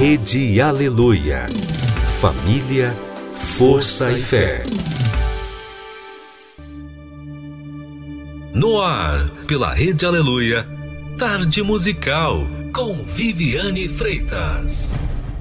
Rede Aleluia. Família, força e fé. No ar, pela Rede Aleluia, Tarde Musical, com Viviane Freitas.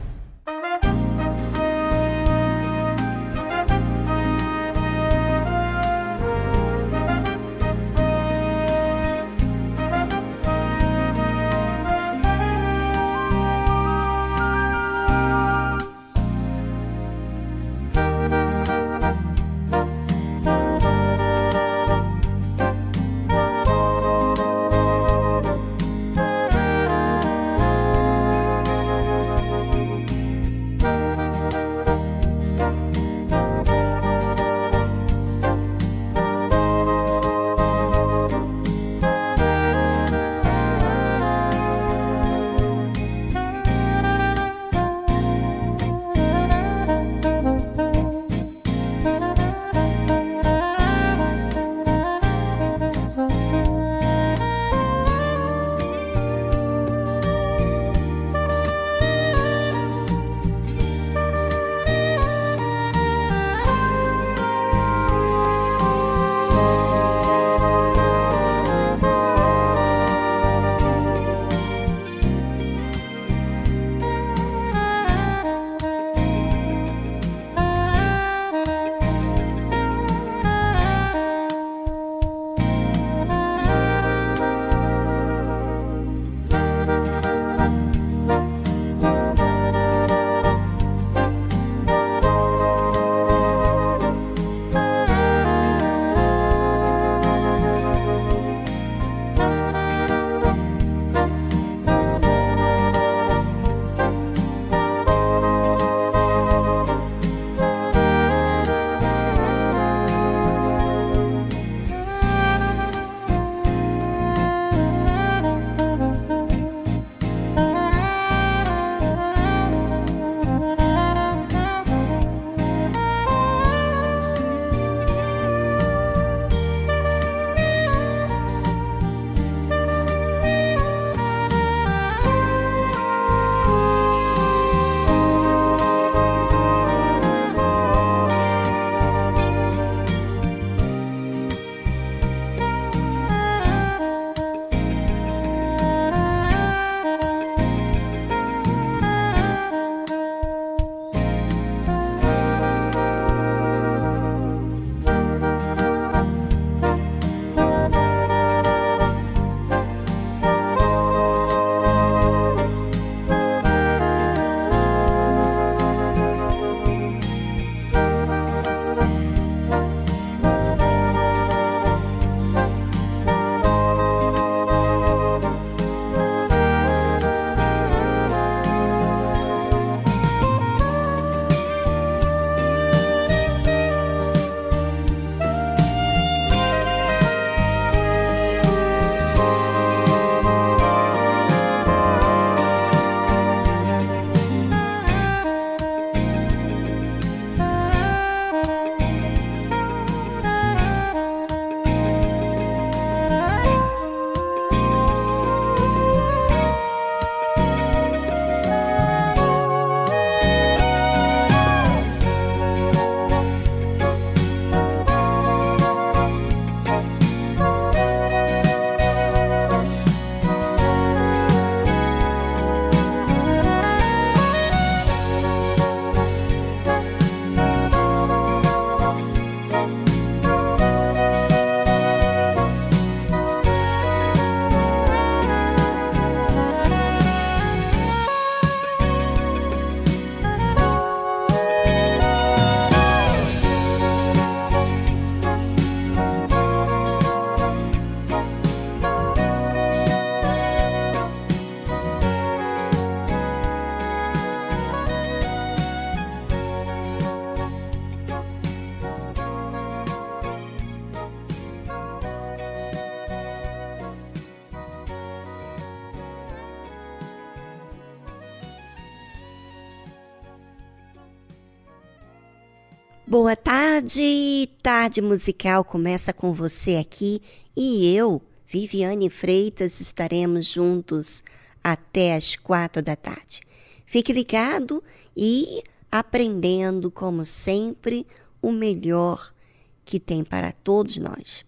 Boa tarde, Tarde Musical começa com você aqui e eu, Viviane Freitas, estaremos juntos até as 4 da tarde. Fique ligado e aprendendo, como sempre, o melhor que tem para todos nós.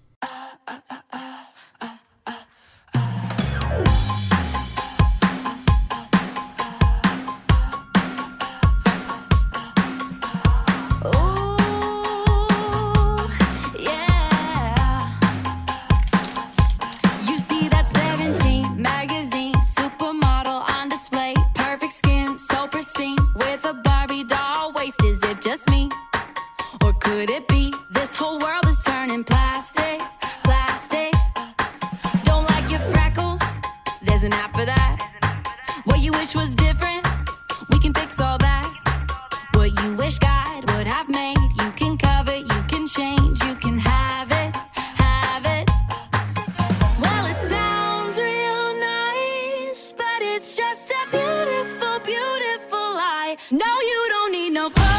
Could it be this whole world is turning plastic, plastic? Don't like your freckles? There's an app for that. What you wish was different? We can fix all that. What you wish God would have made, you can cover, you can change, you can have it, have it. Well, it sounds real nice, but it's just a beautiful, beautiful lie. No, you don't need no Photoshop.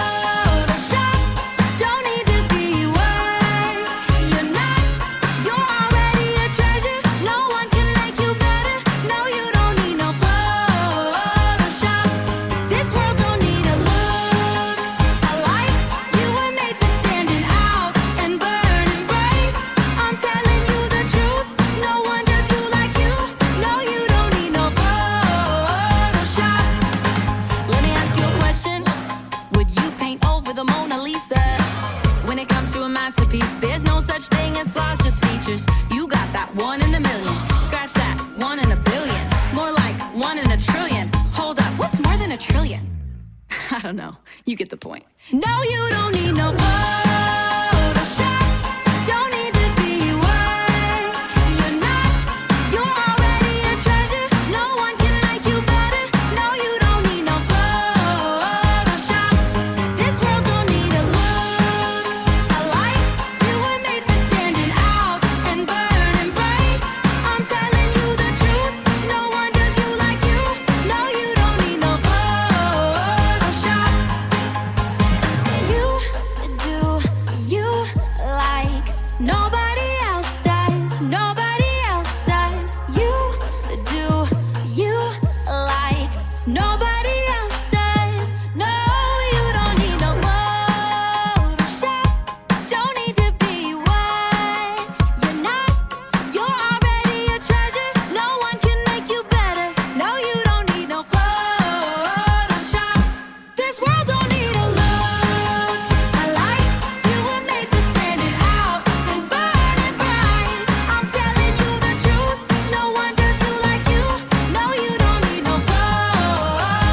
There's no such thing as flaws, just features. You got that 1 in a million. Scratch that, 1 in a billion. More like 1 in a trillion. Hold up, what's more than a trillion? I don't know. You get the point. No, you don't need no Photoshop. Don't need to be what you're not. You're already a treasure. No one can make you better. No, you don't need no Photoshop. This world don't need a look alike. You were made for standing out and burning bright. I'm telling you the truth. No one does you like you. No, you don't need no Photoshop. You do you like nobody else does. Nobody else does. You do you like nobody else does. No, you don't need no Photoshop. Don't need to be what you're not. You're already a treasure. No one can make you better. No, you don't need no Photoshop. This world don't need a look alike. You were made for standing out and burning bright. I'm telling you the truth. No one does you like you. No, you don't need no Photoshop.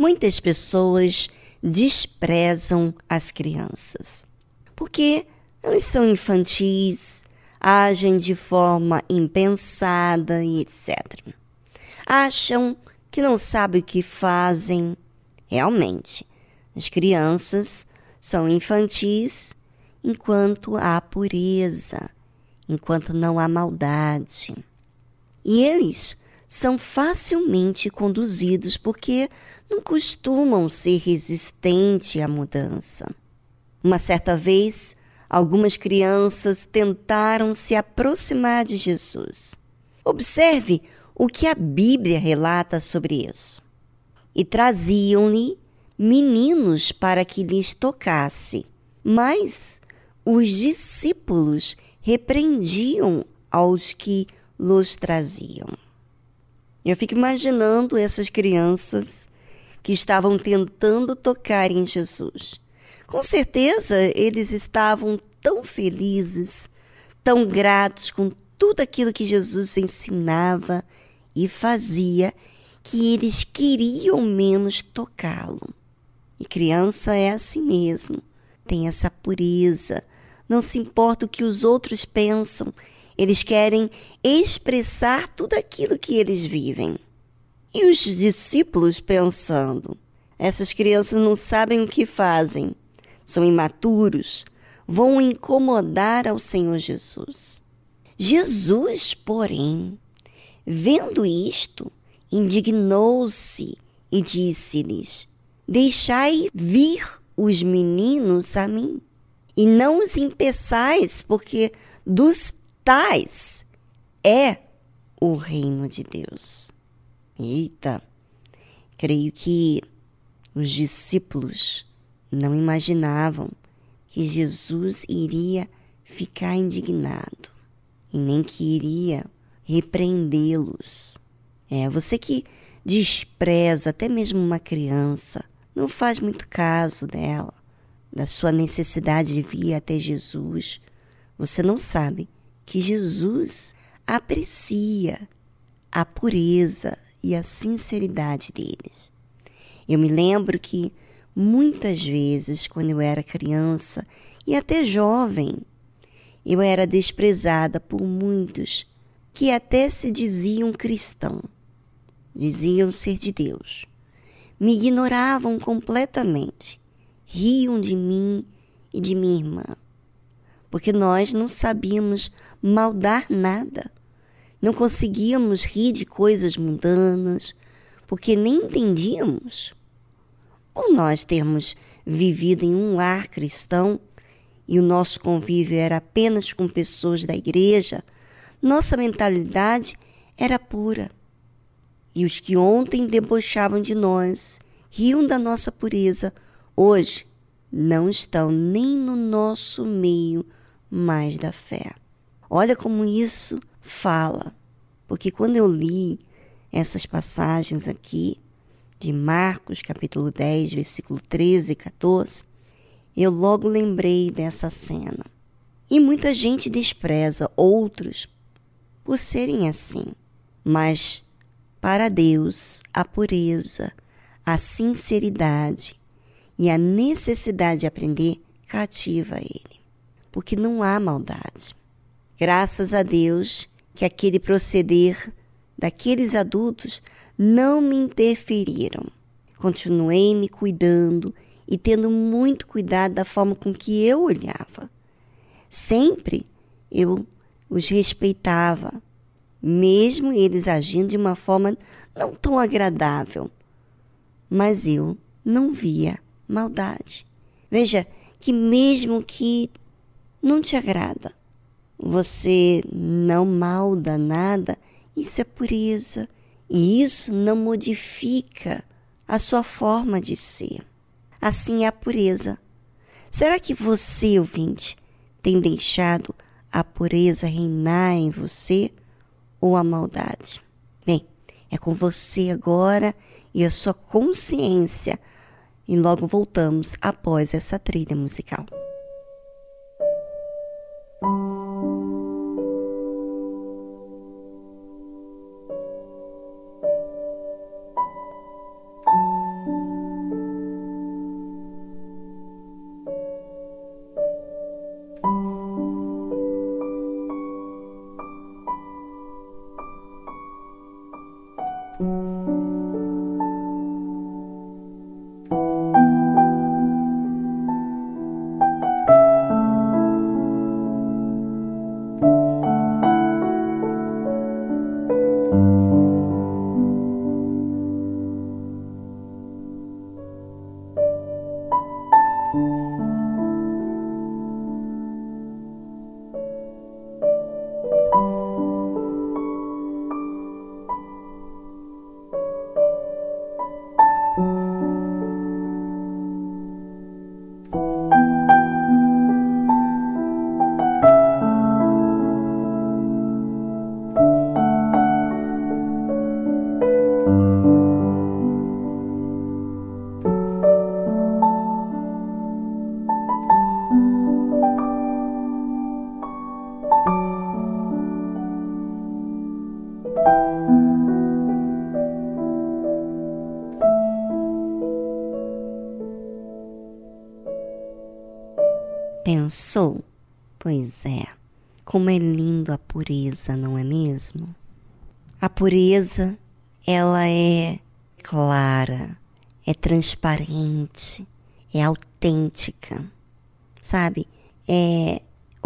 Muitas pessoas desprezam as crianças, porque elas são infantis, agem de forma impensada e etc. Acham que não sabem o que fazem. Realmente, as crianças são infantis enquanto há pureza, enquanto não há maldade. E eles são facilmente conduzidos porque não costumam ser resistentes à mudança. Uma certa vez, algumas crianças tentaram se aproximar de Jesus. Observe o que a Bíblia relata sobre isso. E traziam-lhe meninos para que lhes tocasse, mas os discípulos repreendiam aos que los traziam. Eu fico imaginando essas crianças que estavam tentando tocar em Jesus. Com certeza, eles estavam tão felizes, tão gratos com tudo aquilo que Jesus ensinava e fazia, que eles queriam menos tocá-lo. E criança é assim mesmo, tem essa pureza, não se importa o que os outros pensam, eles querem expressar tudo aquilo que eles vivem. E os discípulos pensando, essas crianças não sabem o que fazem, são imaturos, vão incomodar ao Senhor Jesus. Jesus, porém, vendo isto, indignou-se e disse-lhes: deixai vir os meninos a mim, e não os impeçais, porque dos tais é o reino de Deus. Eita, creio que os discípulos não imaginavam que Jesus iria ficar indignado e nem que iria repreendê-los. Você que despreza até mesmo uma criança, não faz muito caso dela, da sua necessidade de vir até Jesus, você não sabe que Jesus aprecia a pureza e a sinceridade deles. Eu me lembro que muitas vezes, quando eu era criança e até jovem, eu era desprezada por muitos que até se diziam cristãos, diziam ser de Deus. Me ignoravam completamente, riam de mim e de minha irmã, porque nós não sabíamos maldar nada, não conseguíamos rir de coisas mundanas, porque nem entendíamos. Por nós termos vivido em um lar cristão e o nosso convívio era apenas com pessoas da igreja, nossa mentalidade era pura. E os que ontem debochavam de nós, riam da nossa pureza, hoje não estão nem no nosso meio mais da fé. Olha como isso fala, porque quando eu li essas passagens aqui, de Marcos, capítulo 10, versículo 13 e 14, eu logo lembrei dessa cena. E muita gente despreza outros por serem assim, mas para Deus a pureza, a sinceridade e a necessidade de aprender cativa ele, porque não há maldade. Graças a Deus que aquele proceder daqueles adultos não me interferiram. Continuei me cuidando e tendo muito cuidado da forma com que eu olhava. Sempre eu os respeitava, mesmo eles agindo de uma forma não tão agradável. Mas eu não via maldade. Veja que mesmo que não te agrada, você não malda nada, isso é pureza. E isso não modifica a sua forma de ser. Assim é a pureza. Será que você, ouvinte, tem deixado a pureza reinar em você ou a maldade? Bem, é com você agora e a sua consciência. E logo voltamos após essa trilha musical. Pensou? Pois é, como é lindo a pureza, não é mesmo? A pureza, ela é clara, é transparente, é autêntica, sabe? É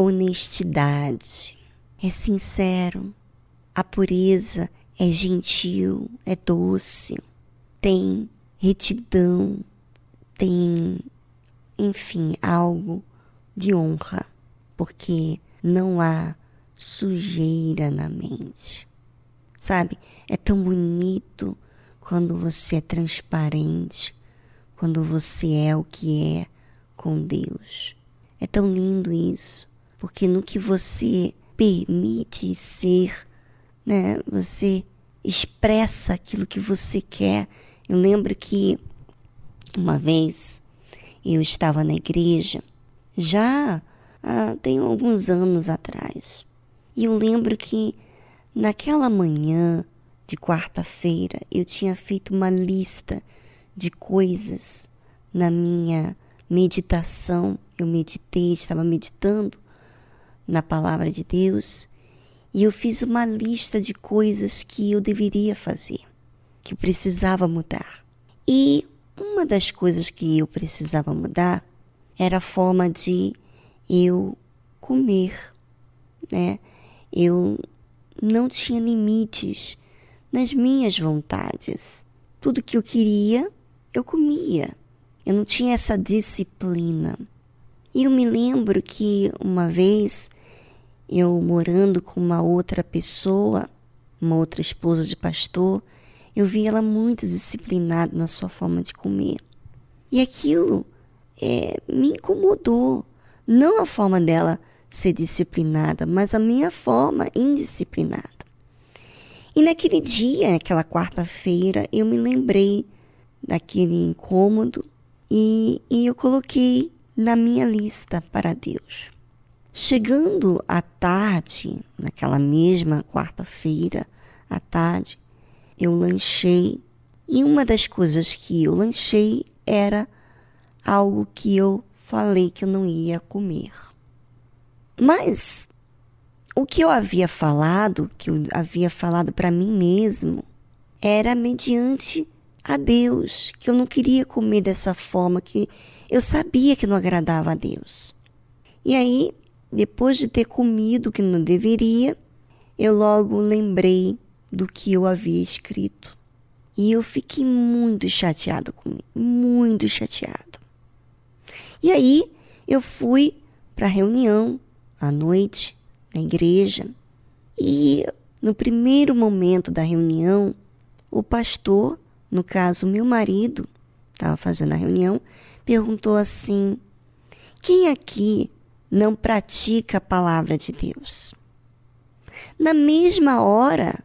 honestidade, é sincero. A pureza é gentil, é doce, tem retidão, tem, enfim, algo de honra, porque não há sujeira na mente, sabe? É tão bonito quando você é transparente, quando você é o que é com Deus. É tão lindo isso, porque no que você permite ser, né, você expressa aquilo que você quer. Eu lembro que uma vez eu estava na igreja, já tem alguns anos atrás. E eu lembro que naquela manhã de quarta-feira eu tinha feito uma lista de coisas na minha meditação. Eu meditei, estava meditando na palavra de Deus e eu fiz uma lista de coisas que eu deveria fazer, que eu precisava mudar. E uma das coisas que eu precisava mudar era a forma de eu comer, né? Eu não tinha limites nas minhas vontades. Tudo que eu queria, eu comia. Eu não tinha essa disciplina. E eu me lembro que uma vez, eu morando com uma outra pessoa, uma outra esposa de pastor, eu vi ela muito disciplinada na sua forma de comer. E aquilo me incomodou. Não a forma dela ser disciplinada, mas a minha forma indisciplinada. E naquele dia, naquela quarta-feira, eu me lembrei daquele incômodo e eu coloquei na minha lista para Deus. Chegando à tarde, naquela mesma quarta-feira, à tarde, eu lanchei. E uma das coisas que eu lanchei era algo que eu falei que eu não ia comer. Mas o que eu havia falado para mim mesmo, era mediante a Deus, que eu não queria comer dessa forma, que eu sabia que não agradava a Deus. E aí, depois de ter comido o que não deveria, eu logo lembrei do que eu havia escrito. E eu fiquei muito chateada comigo, muito chateada. E aí, eu fui para a reunião à noite, na igreja. E no primeiro momento da reunião, o pastor, no caso meu marido, estava fazendo a reunião, perguntou assim: quem aqui não pratica a palavra de Deus? Na mesma hora,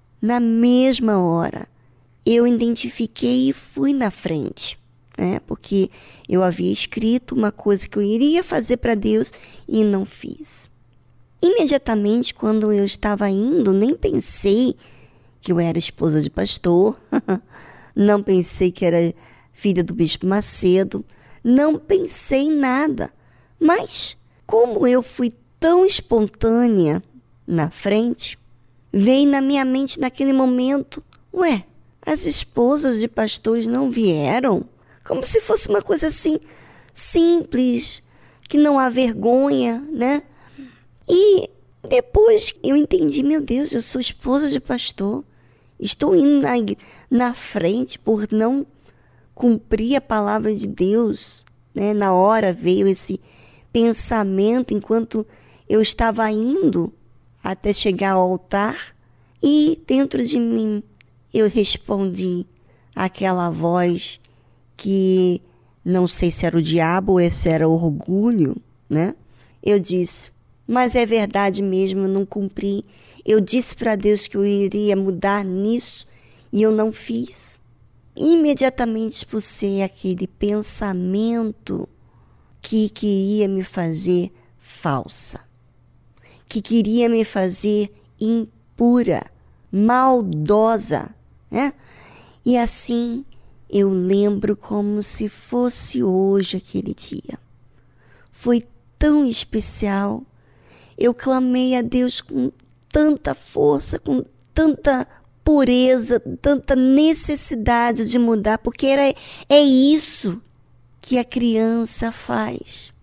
eu identifiquei e fui na frente, né? Porque eu havia escrito uma coisa que eu iria fazer para Deus e não fiz. Imediatamente, quando eu estava indo, nem pensei que eu era esposa de pastor, não pensei que era filha do bispo Macedo, não pensei em nada. Mas, como eu fui tão espontânea na frente, veio na minha mente naquele momento: as esposas de pastores não vieram? Como se fosse uma coisa assim, simples, que não há vergonha, né? E depois eu entendi, meu Deus, eu sou esposa de pastor. Estou indo na frente por não cumprir a palavra de Deus, né? Na hora veio esse pensamento enquanto eu estava indo até chegar ao altar e dentro de mim eu respondi àquela voz que não sei se era o diabo ou se era orgulho, né? Eu disse, mas é verdade mesmo, eu não cumpri. Eu disse para Deus que eu iria mudar nisso e eu não fiz. Imediatamente expulsei aquele pensamento que queria me fazer falsa, que queria me fazer impura, maldosa, né? E assim eu lembro como se fosse hoje aquele dia. Foi tão especial. Eu clamei a Deus com tanta força, com tanta pureza, tanta necessidade de mudar, porque é isso que a criança faz.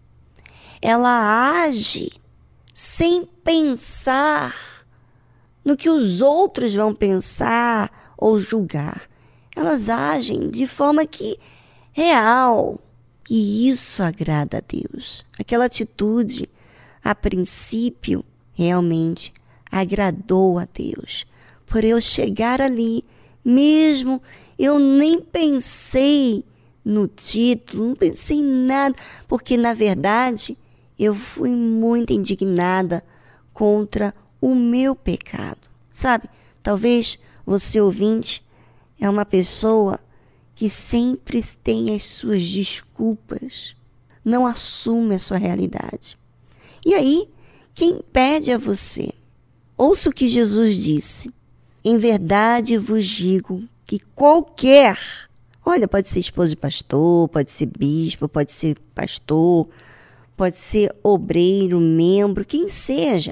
Ela age sem pensar no que os outros vão pensar ou julgar. Elas agem de forma que real. E isso agrada a Deus. Aquela atitude, a princípio, realmente agradou a Deus. Por eu chegar ali, mesmo eu nem pensei no título, não pensei em nada, porque na verdade eu fui muito indignada contra o meu pecado. Sabe, talvez você ouvinte é uma pessoa que sempre tem as suas desculpas, não assume a sua realidade. E aí, quem pede a você? Ouça o que Jesus disse. Em verdade vos digo que qualquer, olha, pode ser esposo de pastor, pode ser bispo, pode ser pastor, pode ser obreiro, membro, quem seja,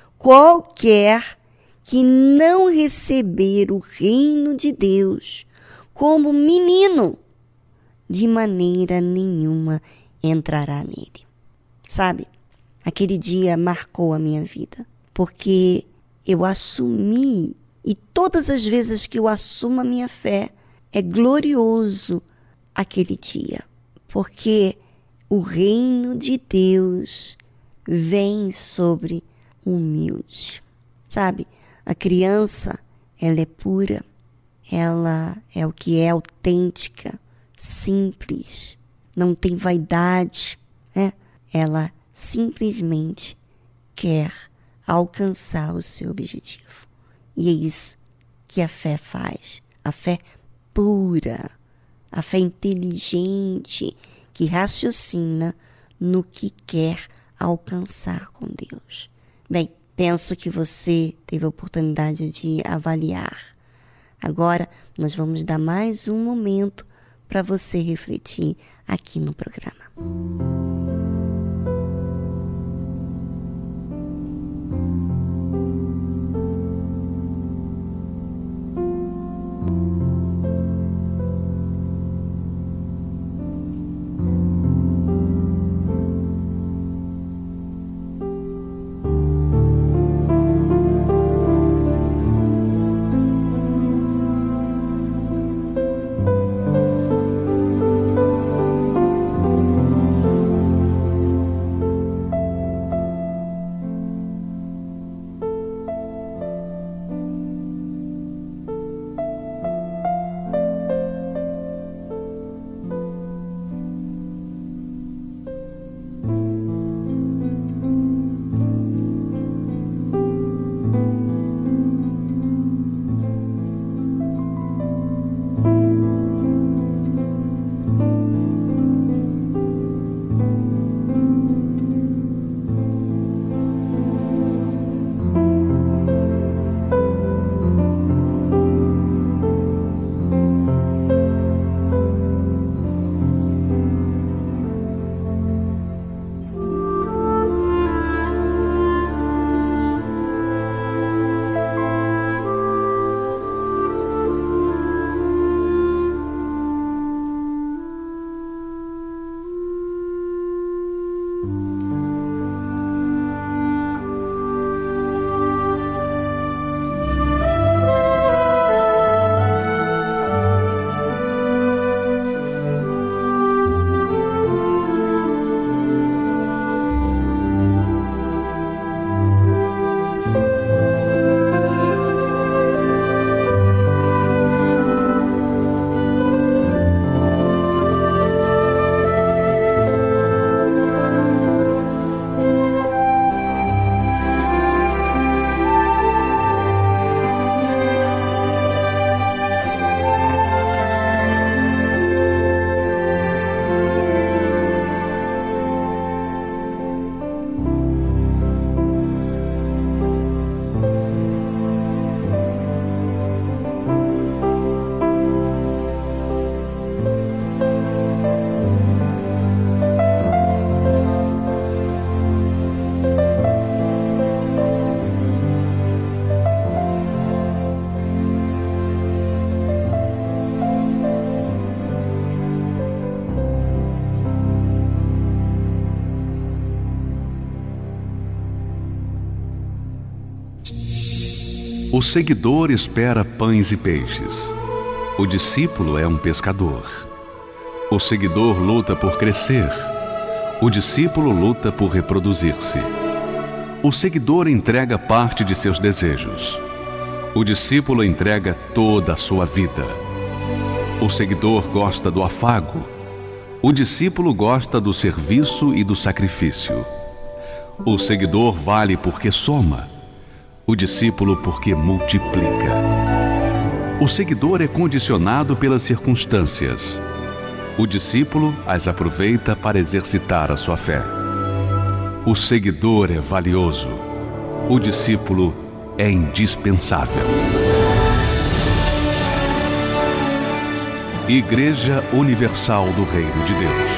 qualquer que não receber o reino de Deus como menino, de maneira nenhuma entrará nele. Sabe, aquele dia marcou a minha vida, porque eu assumi, e todas as vezes que eu assumo a minha fé, é glorioso aquele dia, porque o reino de Deus vem sobre o humilde. Sabe, a criança, ela é pura, ela é o que é autêntica, simples, não tem vaidade, né? Ela simplesmente quer alcançar o seu objetivo. E é isso que a fé faz. A fé pura, a fé inteligente, que raciocina no que quer alcançar com Deus. Bem, penso que você teve a oportunidade de avaliar. Agora, nós vamos dar mais um momento para você refletir aqui no programa. O seguidor espera pães e peixes. O discípulo é um pescador. O seguidor luta por crescer. O discípulo luta por reproduzir-se. O seguidor entrega parte de seus desejos. O discípulo entrega toda a sua vida. O seguidor gosta do afago. O discípulo gosta do serviço e do sacrifício. O seguidor vale porque soma. O discípulo porque multiplica. O seguidor é condicionado pelas circunstâncias. O discípulo as aproveita para exercitar a sua fé. O seguidor é valioso. O discípulo é indispensável. Igreja Universal do Reino de Deus.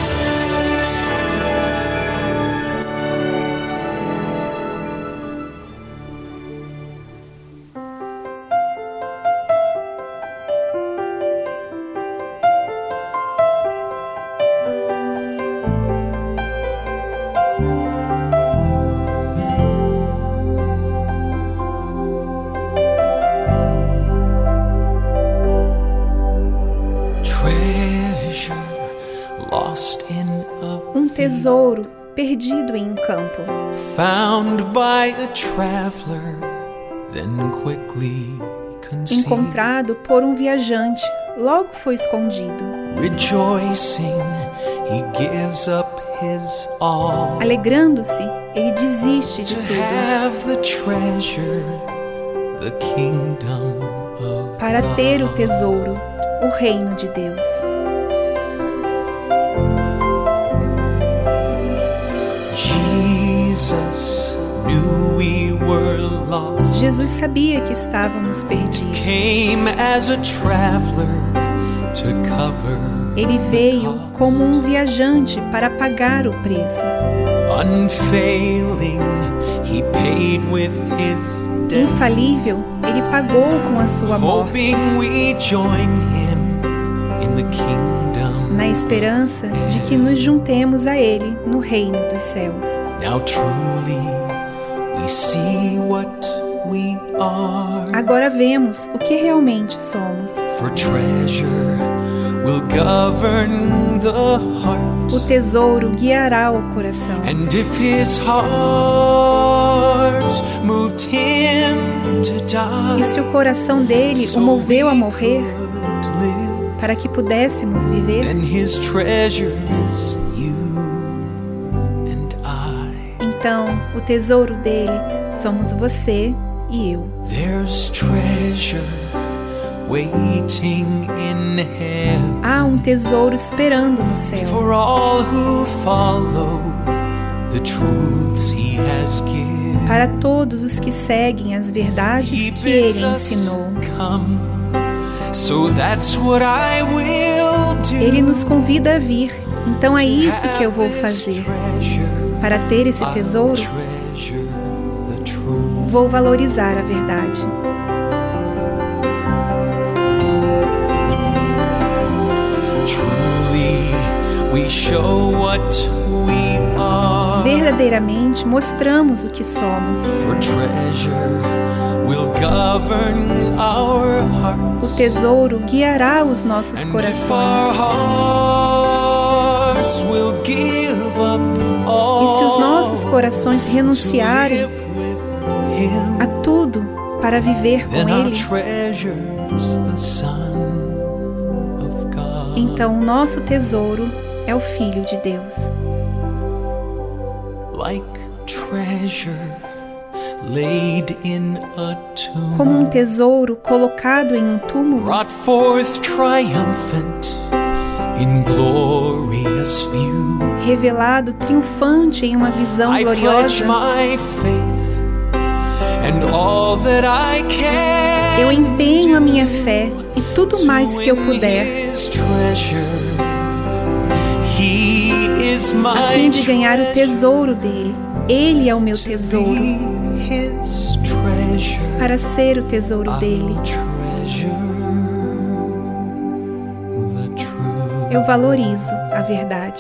Tesouro perdido em um campo. Found by a traveler, then quickly concealed. Encontrado por um viajante, logo foi escondido. Rejoicing, he gives up his all. Alegrando-se, ele desiste de tudo. Have the treasure, the kingdom of para ter o tesouro, o reino de Deus. Jesus sabia que estávamos perdidos. Ele veio como um viajante para pagar o preço. Infalível, ele pagou com a sua morte. Na esperança de que nos juntemos a Ele no reino dos céus. Agora vemos o que realmente somos. O tesouro guiará o coração. E se o coração dele o moveu a morrer, para que pudéssemos viver, então o tesouro dele somos você e eu. Há um tesouro esperando no céu para todos os que seguem as verdades que ele ensinou. Ele nos convida a vir, então é isso que eu vou fazer. Para ter esse tesouro, vou valorizar a verdade. Verdadeiramente mostramos o que somos. O tesouro guiará os nossos corações. E se os nossos corações renunciarem a tudo para viver com Ele, então o nosso tesouro é o Filho de Deus. Como um tesouro colocado em um túmulo, revelado triunfante em uma visão gloriosa, eu empenho a minha fé e tudo mais que eu puder a fim de ganhar o tesouro dele. Ele é o meu tesouro, para ser o tesouro dele. Eu valorizo a verdade.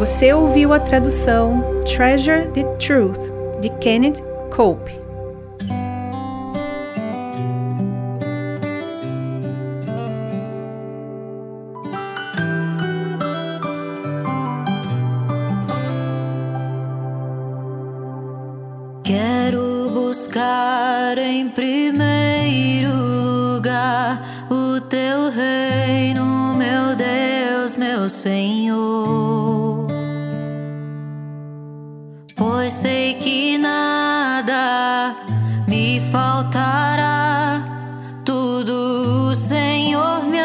Você ouviu a tradução Treasure the Truth, de Kenneth Cope. Quero buscar em primeiro lugar o teu reino, meu Deus, meu Senhor, pois sei que nada me faltará, tudo o Senhor me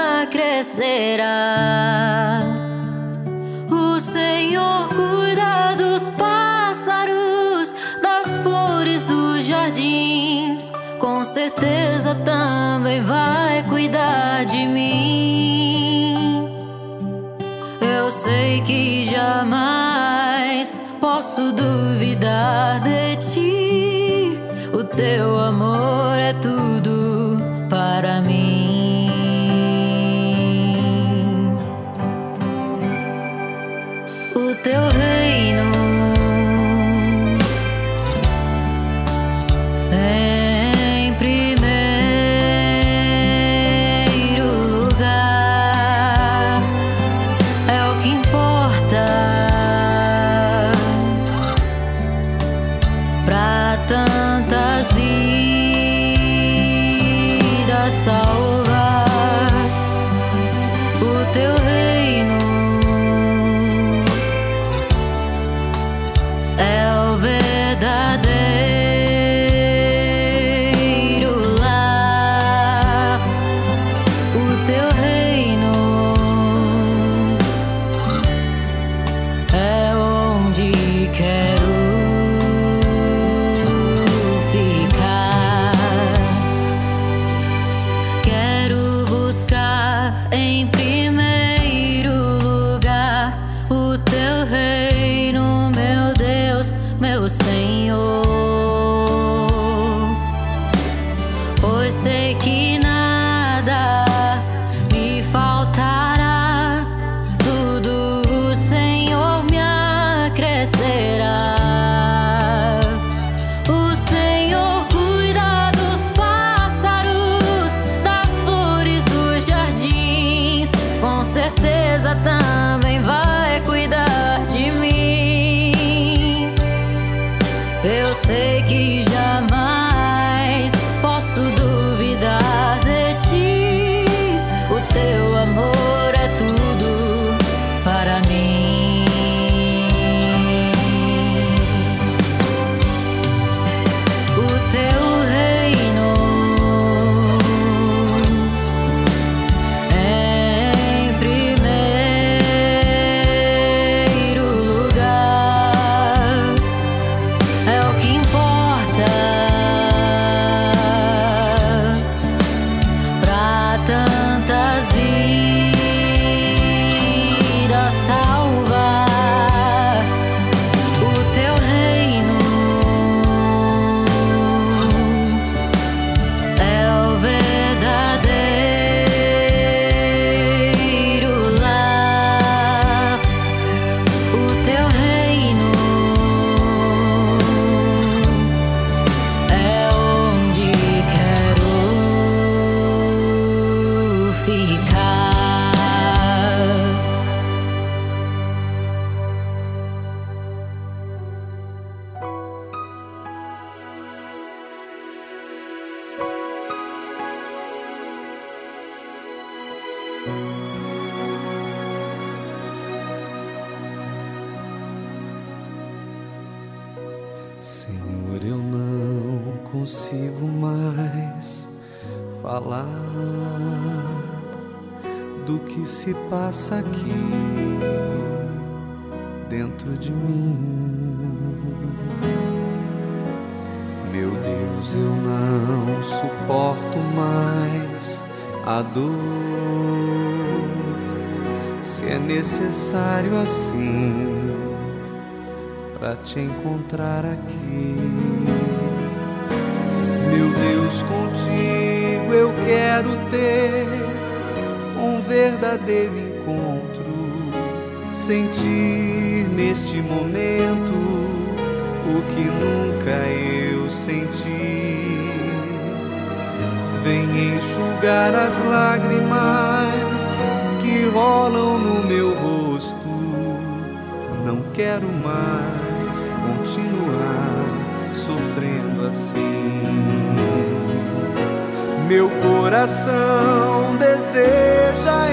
acrescerá. O Senhor cuida dos pássaros, das flores dos jardins, com certeza também vai cuidar de mim. Eu sei que jamais posso duvidar de ti, o teu amor é tudo para mim. O teu reino em primeiro lugar é o que importa pra tantas vidas salvar. O teu reino é o verdadeiro lar. O teu reino é onde quero ficar. Quero buscar em primeiro lugar o teu reino, meu Deus, meu Senhor, pois sei que nada me faltará, tudo o Senhor me acrescerá. O Senhor cuida dos pássaros, das flores dos jardins, com certeza também vai cuidar de mim. Eu sei que jamais posso duvidar de ti, o teu amor é tudo para mim. O teu reino em primeiro lugar é o que importa pra tantas vidas salvar. O teu reino é o verdadeiro lar. O teu reino é onde quero ficar. Senhor, eu não consigo mais falar do que se passa aqui dentro de mim. Meu Deus, eu não suporto mais a dor. Se é necessário assim pra te encontrar aqui. Meu Deus, contigo eu quero ter um verdadeiro encontro, sentir neste momento o que nunca eu senti. Vem enxugar as lágrimas que rolam no meu rosto. Não quero mais continuar sofrendo assim. Meu coração deseja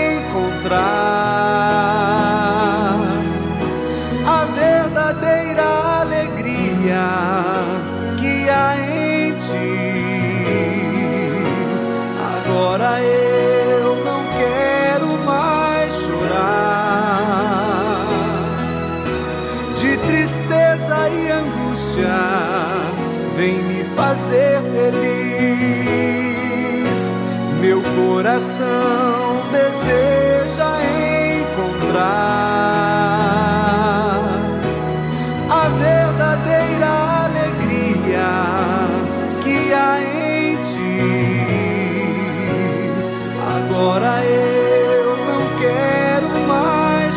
encontrar a verdadeira alegria que há em ti. Agora eu não quero mais chorar de tristeza e angústia. Vem me fazer feliz. Meu coração deseja encontrar a verdadeira alegria que há em ti. Agora eu não quero mais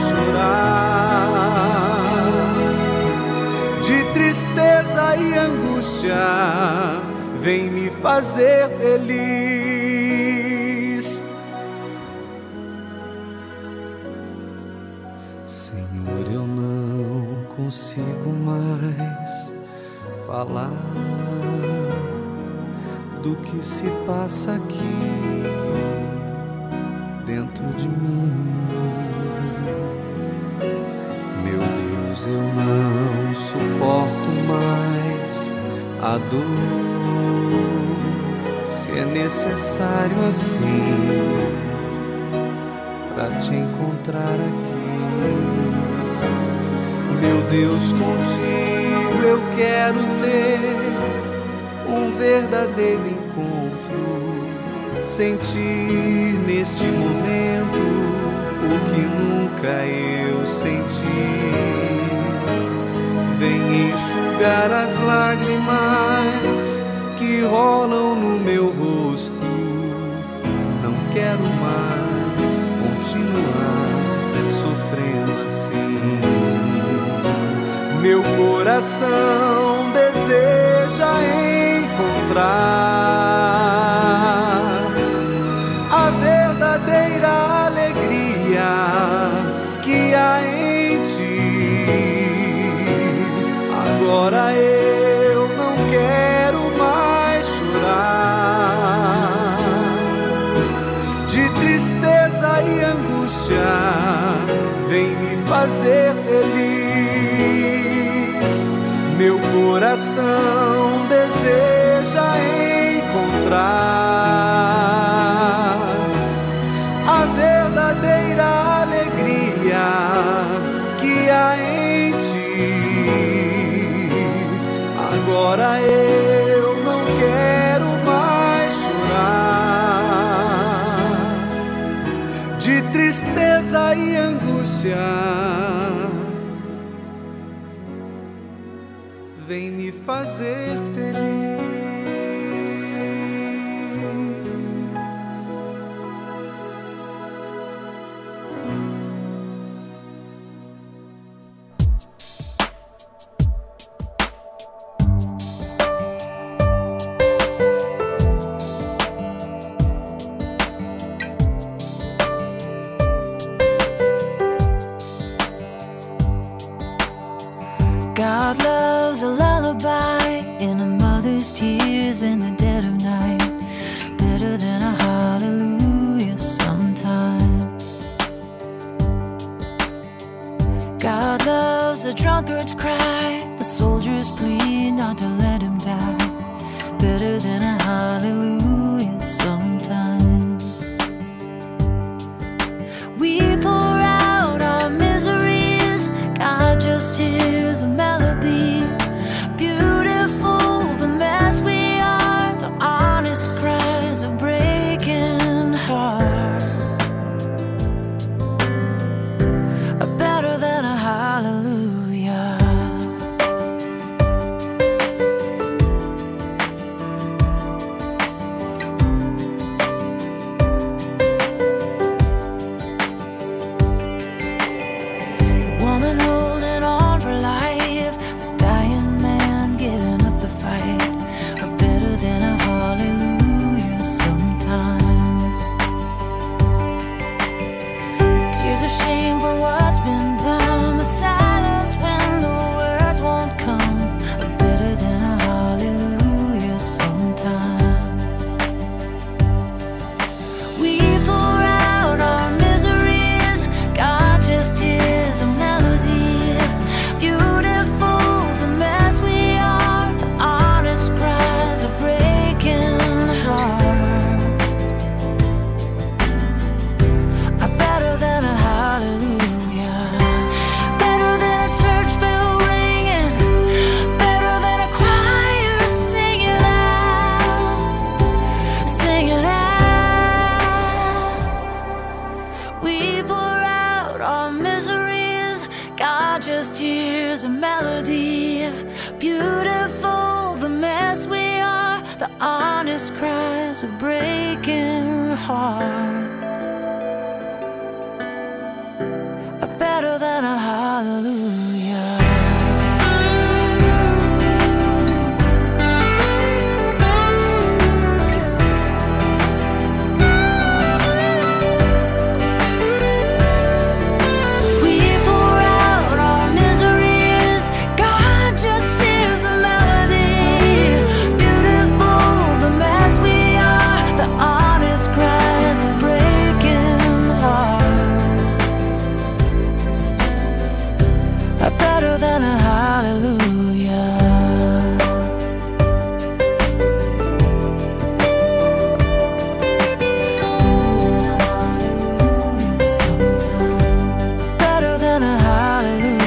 chorar de tristeza e angústia. Vem me fazer feliz. Senhor, eu não consigo mais falar do que se passa aqui dentro de mim. Meu Deus, eu não suporto mais a dor. Se é necessário assim pra te encontrar aqui. Meu Deus, contigo eu quero ter um verdadeiro encontro. Sentir neste momento o que nunca eu senti. Vem enxugar as lágrimas que rolam no meu rosto. Não quero mais continuar sofrendo assim. Meu coração deseja encontrar a verdadeira alegria que há em ti. Agora eu não quero mais chorar de tristeza e angústia. Vem me fazer feliz. Meu coração deseja encontrar a verdadeira alegria que há em ti. Agora eu não quero mais chorar de tristeza e angústia. Vem me fazer feliz. God loves a lullaby in a mother's tears in the dead of night, better than a hallelujah sometime. God loves a drunkard's cry, the soldier's plea not to let him die, better than a hallelujah sometime. We pour out our miseries, God just hears a melody. Beautiful, the mess we are, the honest cries of breaking heart are better than a hallelujah. melody. Beautiful the mess we are, the honest cries of breaking hearts are better than a hallelujah. Better than a hallelujah. Better than a hallelujah.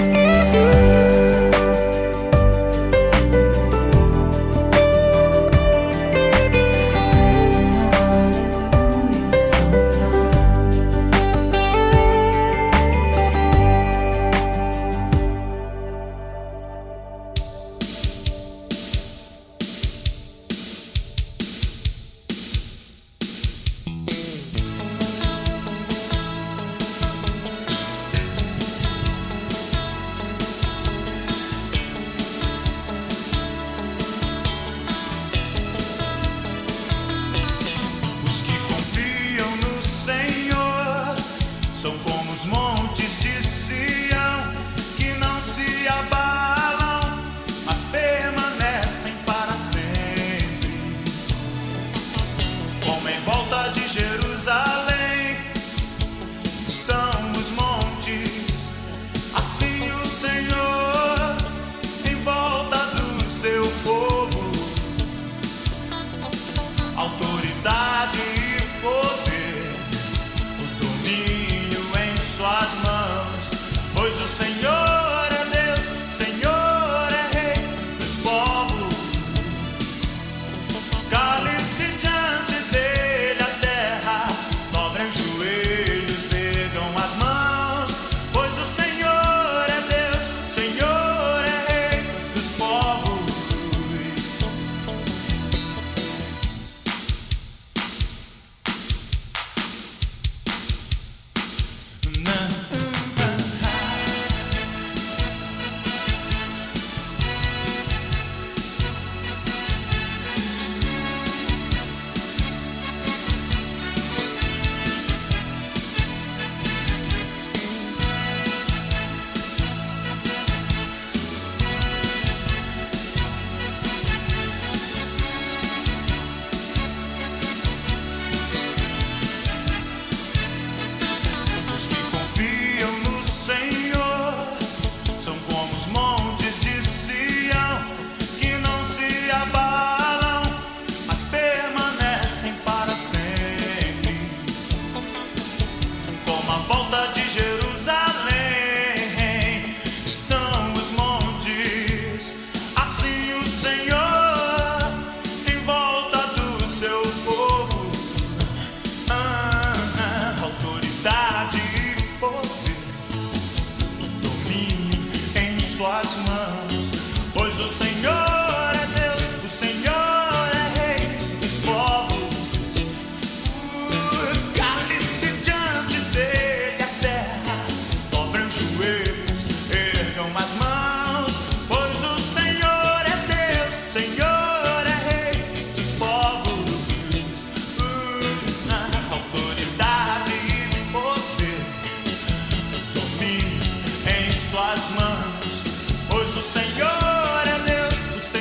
Suas mãos, pois o Senhor é Deus, o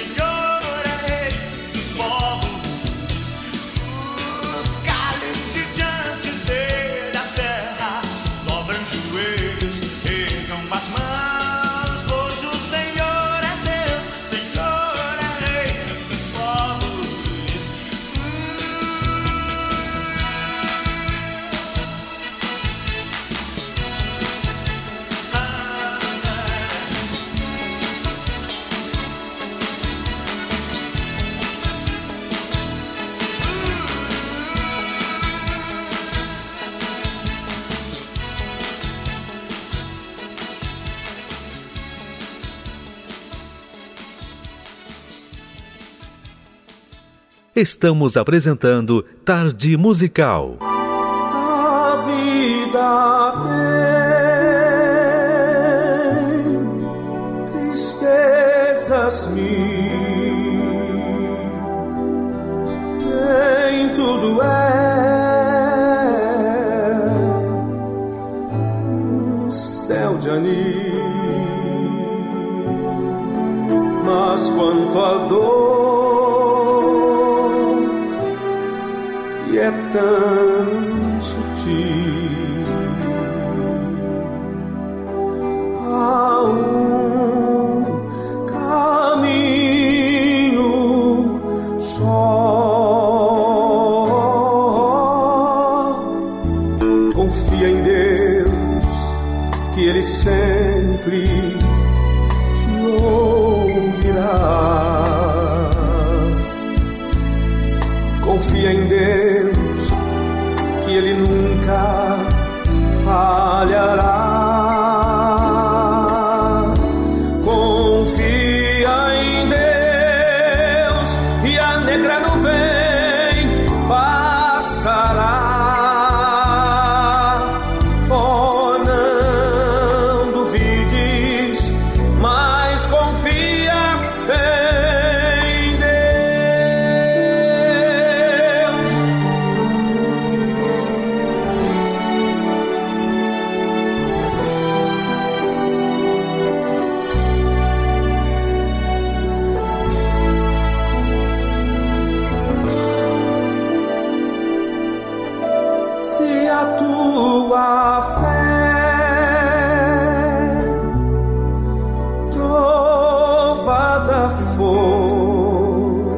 Estamos apresentando Tarde Musical. A vida tem tristezas mil, nem tudo um céu de anil. Mas quanto à dor, que é tão sutil, há um caminho só. Confia em Deus, que Ele sempre confia em Deus, que Ele nunca falhará. Confia em Deus e a negra nuvem passará. Oh, não duvides, mas confia em Deus. Se a tua fé provada for,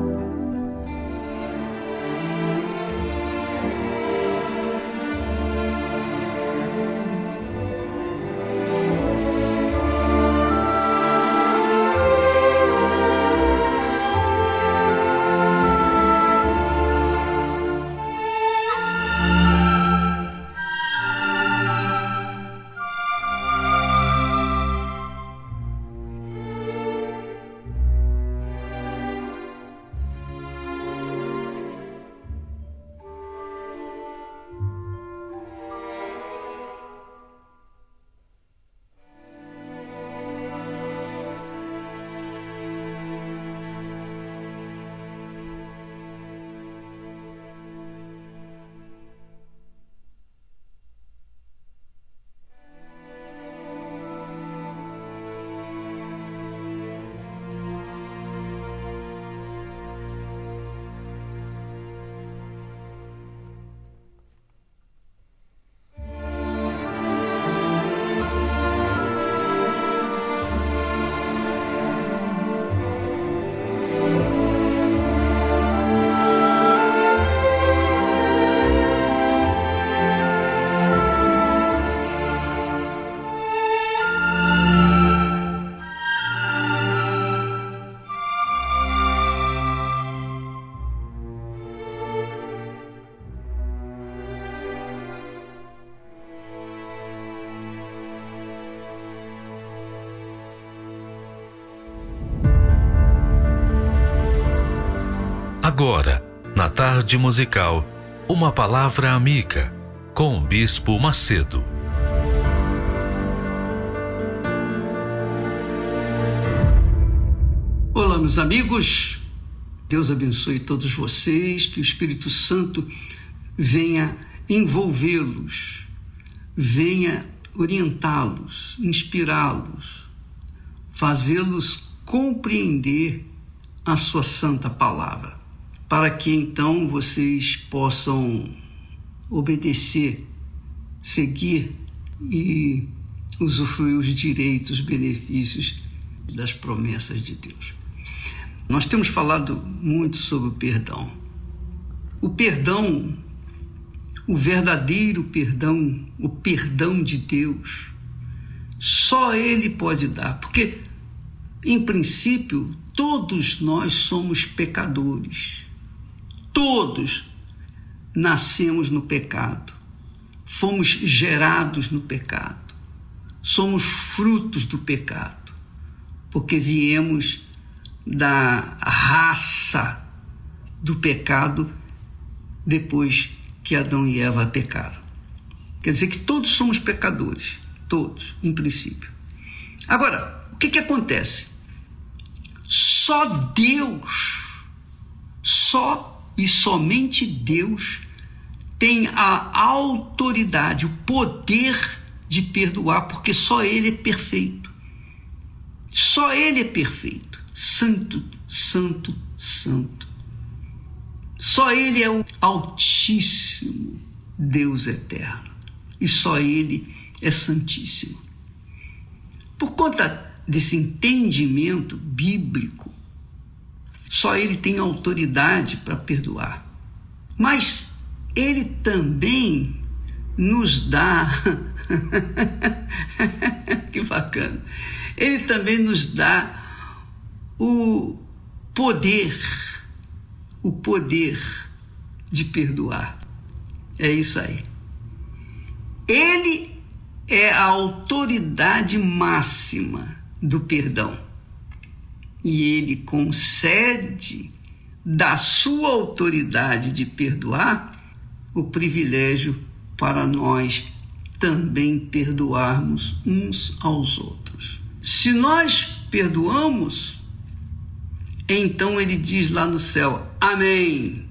Agora, na Tarde Musical, uma palavra amiga, com o Bispo Macedo. Olá, meus amigos. Deus abençoe todos vocês, que o Espírito Santo venha envolvê-los, venha orientá-los, inspirá-los, fazê-los compreender a sua santa palavra, para que então vocês possam obedecer, seguir e usufruir os direitos, os benefícios das promessas de Deus. Nós temos falado muito sobre o perdão. O perdão, o verdadeiro perdão, o perdão de Deus, só Ele pode dar, porque, em princípio, todos nós somos pecadores. Todos nascemos no pecado, fomos gerados no pecado, somos frutos do pecado, porque viemos da raça do pecado depois que Adão e Eva pecaram. Quer dizer que todos somos pecadores, todos, em princípio. Agora, o que acontece? Só Deus, só e somente Deus tem a autoridade, o poder de perdoar, porque só Ele é perfeito. Só Ele é perfeito. Santo, santo, santo. Só Ele é o Altíssimo Deus eterno. E só Ele é santíssimo. Por conta desse entendimento bíblico, só Ele tem autoridade para perdoar. Mas Ele também nos dá... que bacana! Ele também nos dá o poder de perdoar. É isso aí. Ele é a autoridade máxima do perdão. E Ele concede da sua autoridade de perdoar o privilégio para nós também perdoarmos uns aos outros. Se nós perdoamos, então Ele diz lá no céu, amém.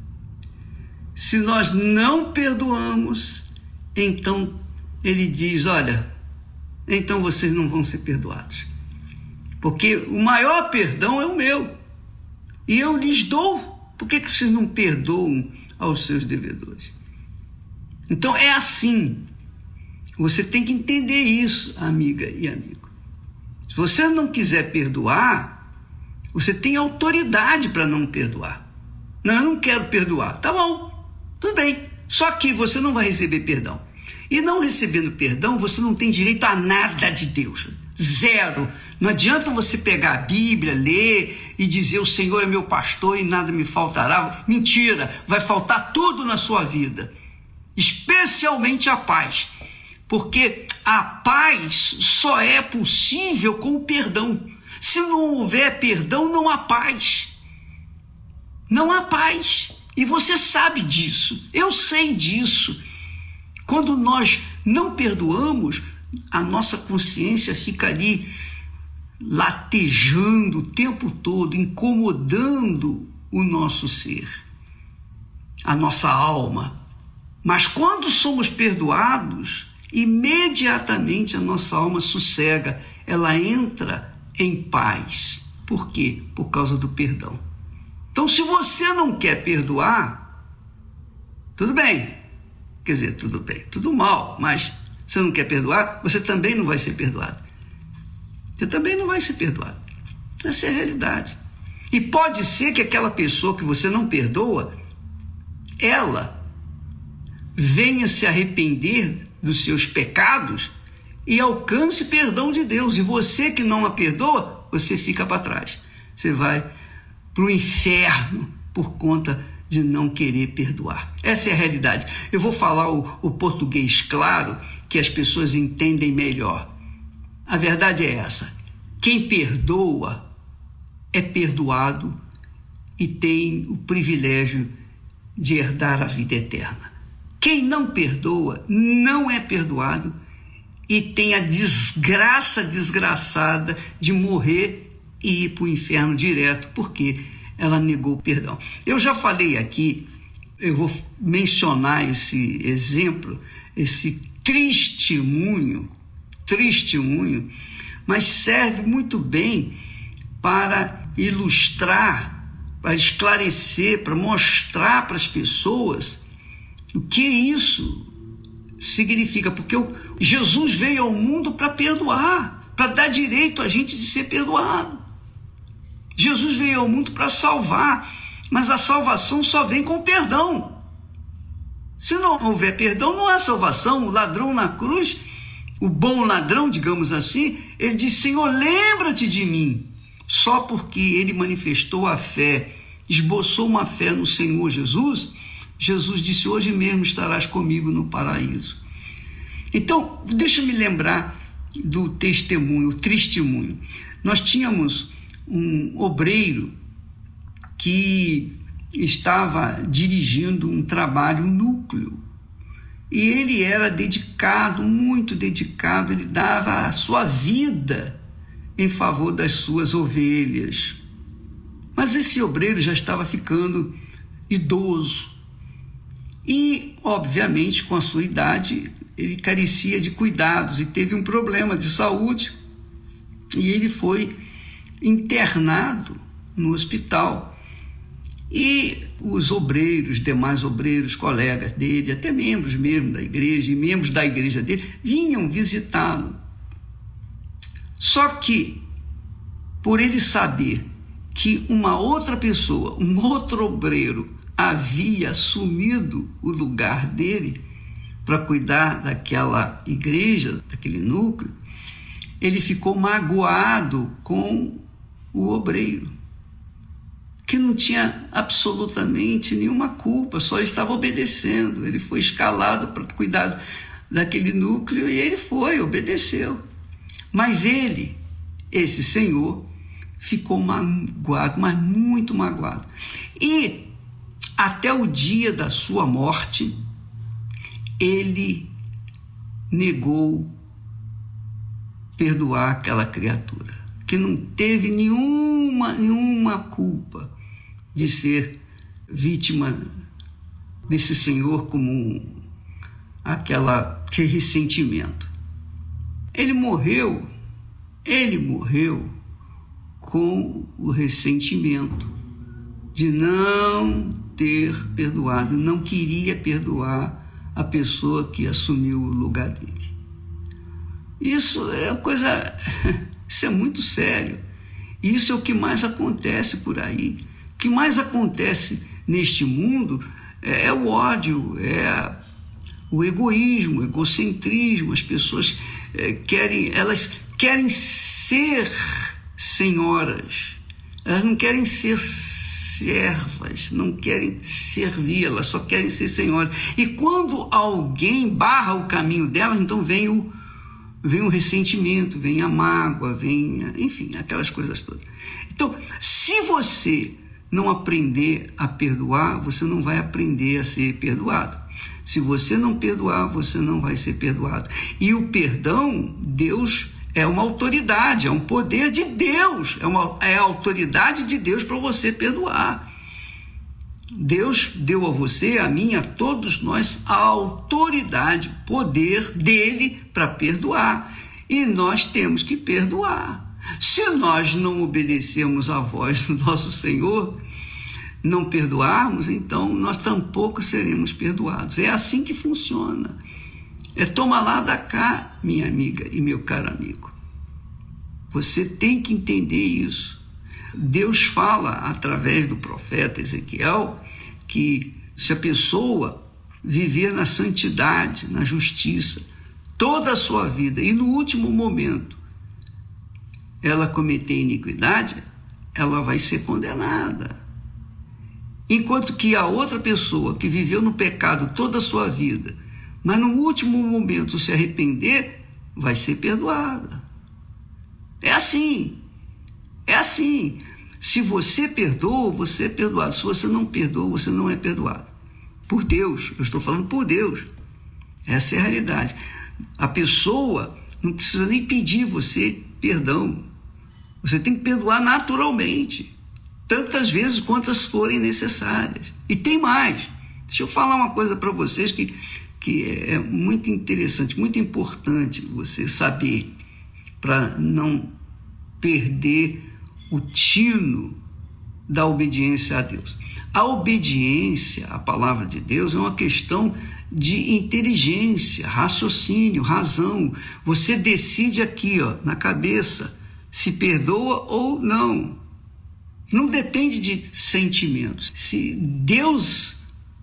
Se nós não perdoamos, então Ele diz, olha, então vocês não vão ser perdoados. Porque o maior perdão é o meu. E eu lhes dou. Por que vocês não perdoam aos seus devedores? Então é assim. Você tem que entender isso, amiga e amigo. Se você não quiser perdoar, você tem autoridade para não perdoar. Não, eu não quero perdoar. Tá bom, tudo bem. Só que você não vai receber perdão. E não recebendo perdão, você não tem direito a nada de Deus. Zero. Não adianta você pegar a Bíblia, ler e dizer o Senhor é meu pastor e nada me faltará. Mentira, vai faltar tudo na sua vida. Especialmente a paz. Porque a paz só é possível com o perdão. Se não houver perdão, não há paz. Não há paz. E você sabe disso. Eu sei disso. Quando nós não perdoamos, a nossa consciência fica ali latejando o tempo todo, incomodando o nosso ser, a nossa alma. Mas quando somos perdoados, imediatamente a nossa alma sossega, ela entra em paz. Por quê? Por causa do perdão. Então, se você não quer perdoar, tudo bem. Quer dizer, tudo bem, tudo mal, mas você não quer perdoar, você também não vai ser perdoado. Você também não vai ser perdoado. Essa é a realidade. E pode ser que aquela pessoa que você não perdoa, ela venha se arrepender dos seus pecados e alcance perdão de Deus. E você que não a perdoa, você fica para trás. Você vai para o inferno por conta de não querer perdoar. Essa é a realidade. Eu vou falar o português claro, que as pessoas entendem melhor. A verdade é essa. Quem perdoa é perdoado e tem o privilégio de herdar a vida eterna. Quem não perdoa não é perdoado e tem a desgraça desgraçada de morrer e ir para o inferno direto, porque ela negou o perdão. Eu já falei aqui, eu vou mencionar esse exemplo, esse testemunho, mas serve muito bem para ilustrar, para esclarecer, para mostrar para as pessoas o que isso significa. Porque Jesus veio ao mundo para perdoar, para dar direito a gente de ser perdoado. Jesus veio ao mundo para salvar, mas a salvação só vem com perdão. Se não houver perdão, não há salvação. O ladrão na cruz, o bom ladrão, digamos assim, ele diz, Senhor, lembra-te de mim. Só porque ele manifestou a fé, esboçou uma fé no Senhor Jesus, Jesus disse, hoje mesmo estarás comigo no paraíso. Então, deixa-me lembrar do testemunho, o testemunho. Nós tínhamos um obreiro que estava dirigindo um trabalho núcleo. E ele era dedicado, muito dedicado, ele dava a sua vida em favor das suas ovelhas. Mas esse obreiro já estava ficando idoso. E, obviamente, com a sua idade, ele carecia de cuidados e teve um problema de saúde. E ele foi internado no hospital. E os obreiros, demais obreiros, colegas dele, até membros mesmo da igreja e membros da igreja dele, vinham visitá-lo. Só que, por ele saber que uma outra pessoa, um outro obreiro, havia assumido o lugar dele para cuidar daquela igreja, daquele núcleo, ele ficou magoado com o obreiro, que não tinha absolutamente nenhuma culpa, só estava obedecendo. Ele foi escalado para cuidar daquele núcleo e ele foi, obedeceu. Mas ele, esse senhor, ficou magoado, mas muito magoado. E até o dia da sua morte, ele negou perdoar aquela criatura, que não teve nenhuma culpa de ser vítima desse senhor como aquele ressentimento. Ele morreu com o ressentimento de não ter perdoado, não queria perdoar a pessoa que assumiu o lugar dele. Isso é muito sério. Isso é o que mais acontece por aí. O que mais acontece neste mundo é o ódio, é o egoísmo, o egocentrismo. As pessoas querem ser senhoras, elas não querem ser servas, não querem servir, elas só querem ser senhoras. E quando alguém barra o caminho delas, então vem o ressentimento, vem a mágoa, enfim, aquelas coisas todas. Então, se você não aprender a perdoar, você não vai aprender a ser perdoado. Se você não perdoar, você não vai ser perdoado. E o perdão, Deus é uma autoridade, é um poder de Deus, é a autoridade de Deus para você perdoar. Deus deu a você, a mim, a todos nós, a autoridade, poder dele para perdoar. E nós temos que perdoar. Se nós não obedecermos à voz do nosso Senhor, não perdoarmos, então nós tampouco seremos perdoados. É assim que funciona. É toma lá da cá, minha amiga e meu caro amigo. Você tem que entender isso. Deus fala através do profeta Ezequiel que se a pessoa viver na santidade, na justiça, toda a sua vida e no último momento ela cometer iniquidade, ela vai ser condenada. Enquanto que a outra pessoa que viveu no pecado toda a sua vida, mas no último momento se arrepender, vai ser perdoada. É assim. Se você perdoa, você é perdoado. Se você não perdoa, você não é perdoado. Por Deus, eu estou falando por Deus. Essa é a realidade. A pessoa não precisa nem pedir você perdão. Você tem que perdoar naturalmente, tantas vezes quantas forem necessárias. E tem mais. Deixa eu falar uma coisa para vocês que é muito interessante, muito importante você saber, para não perder o tino da obediência a Deus. A obediência à palavra de Deus é uma questão de inteligência, raciocínio, razão. Você decide aqui, na cabeça, se perdoa ou não. Não depende de sentimentos. Se Deus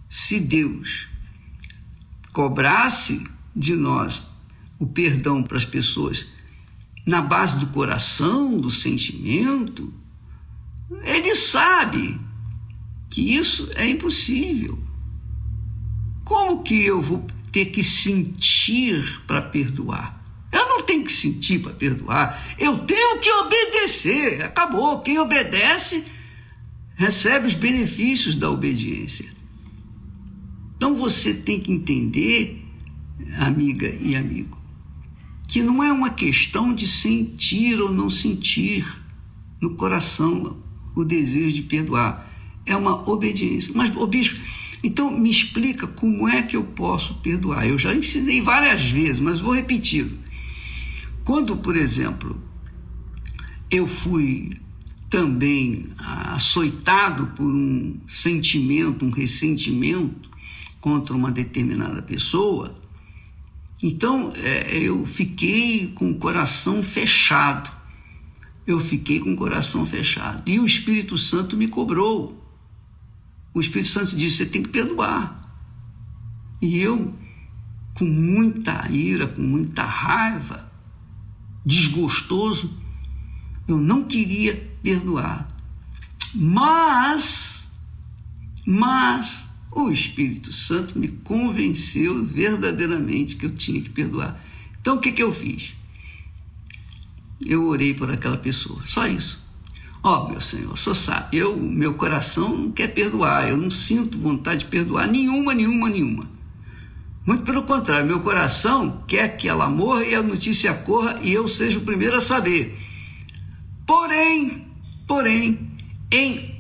cobrasse de nós o perdão para as pessoas na base do coração, do sentimento, ele sabe que isso é impossível. Como que eu vou ter que sentir para perdoar? Eu não tenho que sentir para perdoar, eu tenho que obedecer. Acabou. Quem obedece recebe os benefícios da obediência. Então você tem que entender, amiga e amigo, que não é uma questão de sentir ou não sentir no coração o desejo de perdoar. É uma obediência. Mas, ô bispo, então me explica como é que eu posso perdoar. Eu já ensinei várias vezes, mas vou repetir. Quando, por exemplo, eu fui também açoitado por um sentimento, um ressentimento contra uma determinada pessoa, então eu fiquei com o coração fechado. E o Espírito Santo me cobrou. O Espírito Santo disse: você tem que perdoar. E eu, com muita ira, com muita raiva, desgostoso, eu não queria perdoar. Mas o Espírito Santo me convenceu verdadeiramente que eu tinha que perdoar. Então o que eu fiz? Eu orei por aquela pessoa, só isso. Meu Senhor, o Senhor sabe, meu coração não quer perdoar, eu não sinto vontade de perdoar nenhuma. Muito pelo contrário, meu coração quer que ela morra e a notícia corra e eu seja o primeiro a saber. Porém, em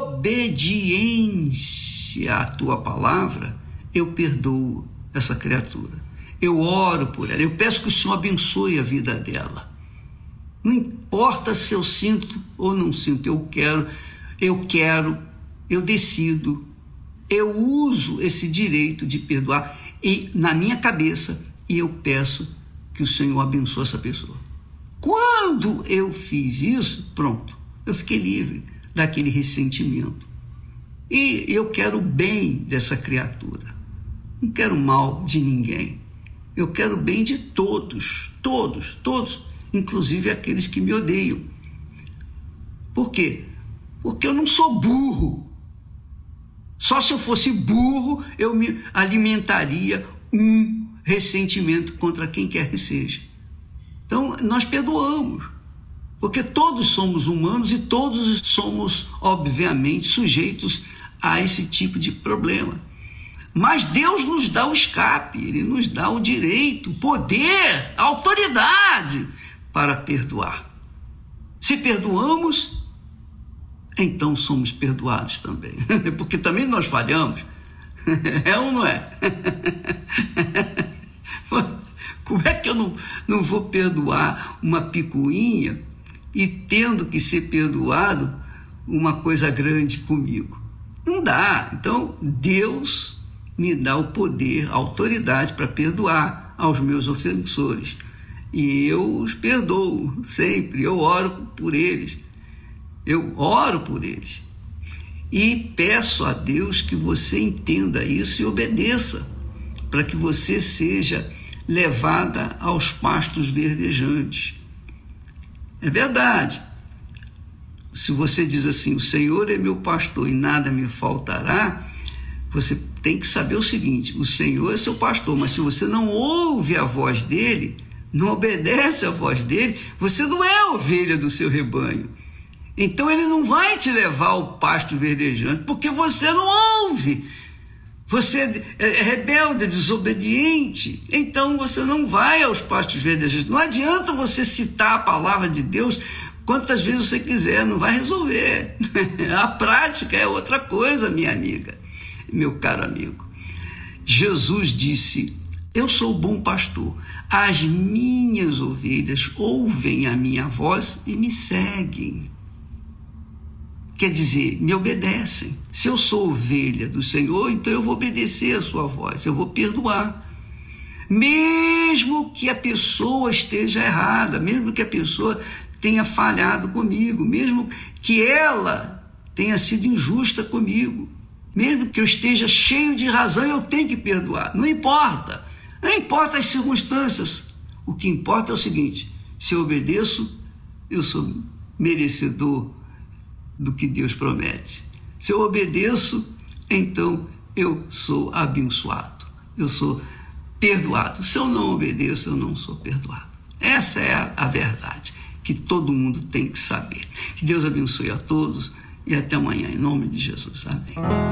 obediência à tua palavra, eu perdoo essa criatura. Eu oro por ela, eu peço que o Senhor abençoe a vida dela. Não importa se eu sinto ou não sinto, eu decido, eu uso esse direito de perdoar e na minha cabeça, e eu peço que o Senhor abençoe essa pessoa. Quando eu fiz isso, pronto, eu fiquei livre daquele ressentimento. E eu quero o bem dessa criatura. Não quero o mal de ninguém. Eu quero o bem de todos, inclusive aqueles que me odeiam. Por quê? Porque eu não sou burro. Só se eu fosse burro, eu me alimentaria um ressentimento contra quem quer que seja. Então, nós perdoamos, porque todos somos humanos e todos somos, obviamente, sujeitos a esse tipo de problema. Mas Deus nos dá o escape, Ele nos dá o direito, o poder, a autoridade para perdoar. Se perdoamos, então somos perdoados também, porque também nós falhamos. É ou não é? Como é que eu não vou perdoar uma picuinha e tendo que ser perdoado uma coisa grande comigo? Não dá. Então, Deus me dá o poder, a autoridade para perdoar aos meus ofensores. E eu os perdoo sempre, eu oro por eles. E peço a Deus que você entenda isso e obedeça, para que você seja levada aos pastos verdejantes. É verdade. Se você diz assim, o Senhor é meu pastor e nada me faltará, você tem que saber o seguinte, o Senhor é seu pastor, mas se você não ouve a voz dele, não obedece a voz dele, você não é ovelha do seu rebanho. Então ele não vai te levar ao pasto verdejante, porque você não ouve. Você é rebelde, desobediente, então você não vai aos pastos verdejantes. Não adianta você citar a palavra de Deus quantas vezes você quiser, não vai resolver. A prática é outra coisa, minha amiga, meu caro amigo. Jesus disse, eu sou o bom pastor, as minhas ovelhas ouvem a minha voz e me seguem. Quer dizer, me obedecem. Se eu sou ovelha do Senhor, então eu vou obedecer a sua voz, eu vou perdoar. Mesmo que a pessoa esteja errada, mesmo que a pessoa tenha falhado comigo, mesmo que ela tenha sido injusta comigo, mesmo que eu esteja cheio de razão, eu tenho que perdoar. Não importa as circunstâncias. O que importa é o seguinte, se eu obedeço, eu sou merecedor do que Deus promete. Se eu obedeço, então eu sou abençoado, eu sou perdoado. Se eu não obedeço, eu não sou perdoado. Essa é a verdade que todo mundo tem que saber. Que Deus abençoe a todos E até amanhã, em nome de Jesus. Amém.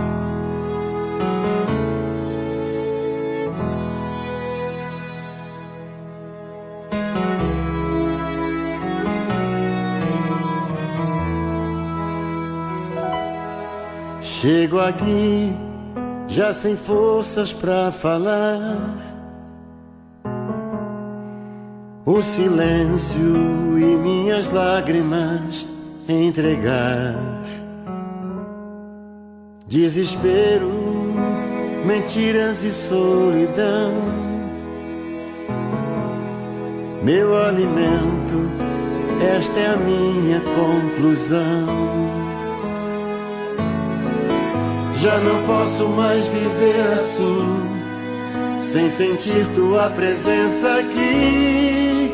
Chego aqui já sem forças pra falar. O silêncio e minhas lágrimas entregar. Desespero, mentiras e solidão. Meu alimento, esta é a minha conclusão. Já não posso mais viver assim, sem sentir tua presença aqui.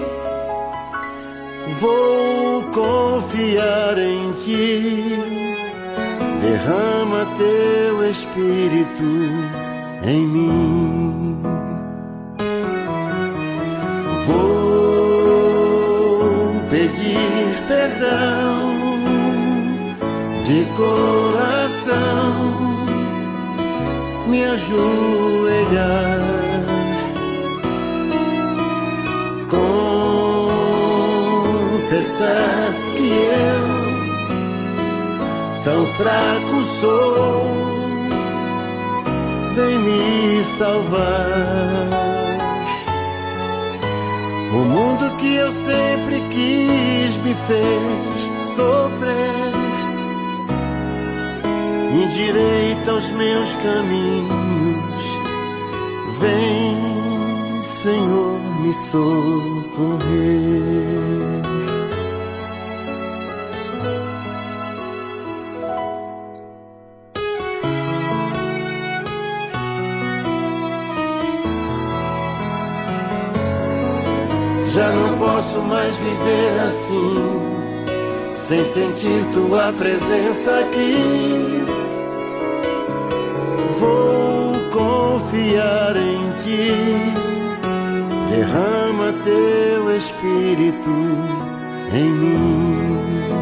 Vou confiar em ti, derrama teu espírito em mim. Vou pedir perdão de coração, me ajoelhar, confessar que eu tão fraco sou, vem me salvar. O mundo que eu sempre quis me fez sofrer, endireita os meus caminhos, vem, Senhor, me socorrer. Já não posso mais viver assim, sem sentir tua presença aqui. Vou confiar em ti, derrama teu espírito em mim.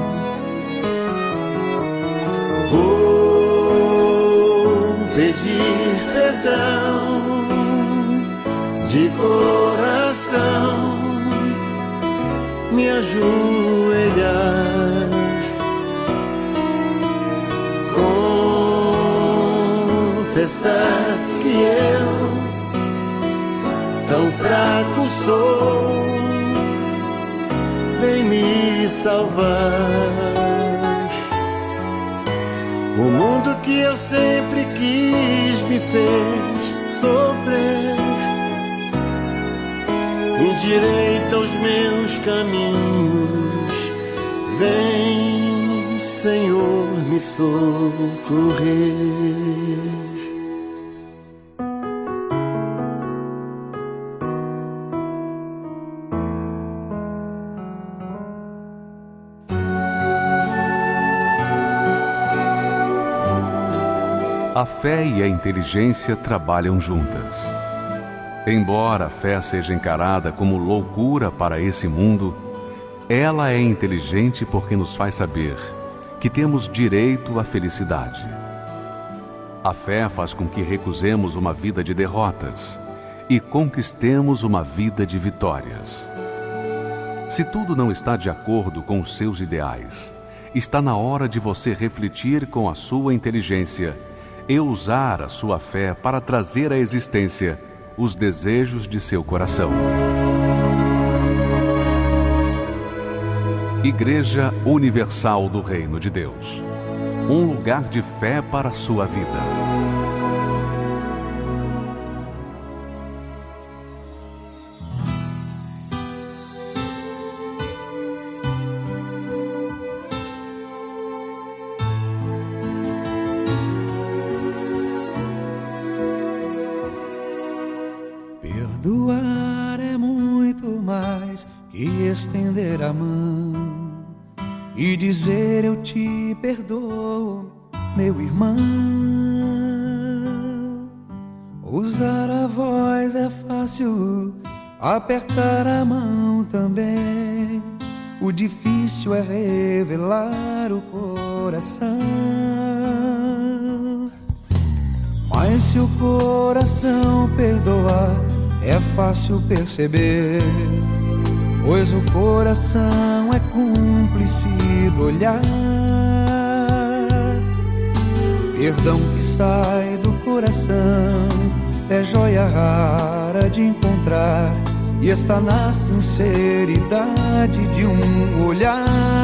Vou pedir perdão de coração, me ajoelhar, confessar que eu tão fraco sou, vem me salvar. O mundo que eu sempre quis me fez sofrer, endireita os meus caminhos, vem, Senhor, me socorrer. A fé e a inteligência trabalham juntas. Embora a fé seja encarada como loucura para esse mundo, ela é inteligente porque nos faz saber que temos direito à felicidade. A fé faz com que recusemos uma vida de derrotas e conquistemos uma vida de vitórias. Se tudo não está de acordo com os seus ideais, está na hora de você refletir com a sua inteligência e usar a sua fé para trazer à existência os desejos de seu coração. Igreja Universal do Reino de Deus, um lugar de fé para a sua vida. Perdoar é muito mais que estender a mão e dizer eu te perdoo, meu irmão. Usar a voz é fácil, apertar a mão também. o difícil é revelar o coração. Mas se o coração perdoar, é fácil perceber, pois o coração é cúmplice do olhar. Perdão que sai do coração é joia rara de encontrar, e está na sinceridade de um olhar.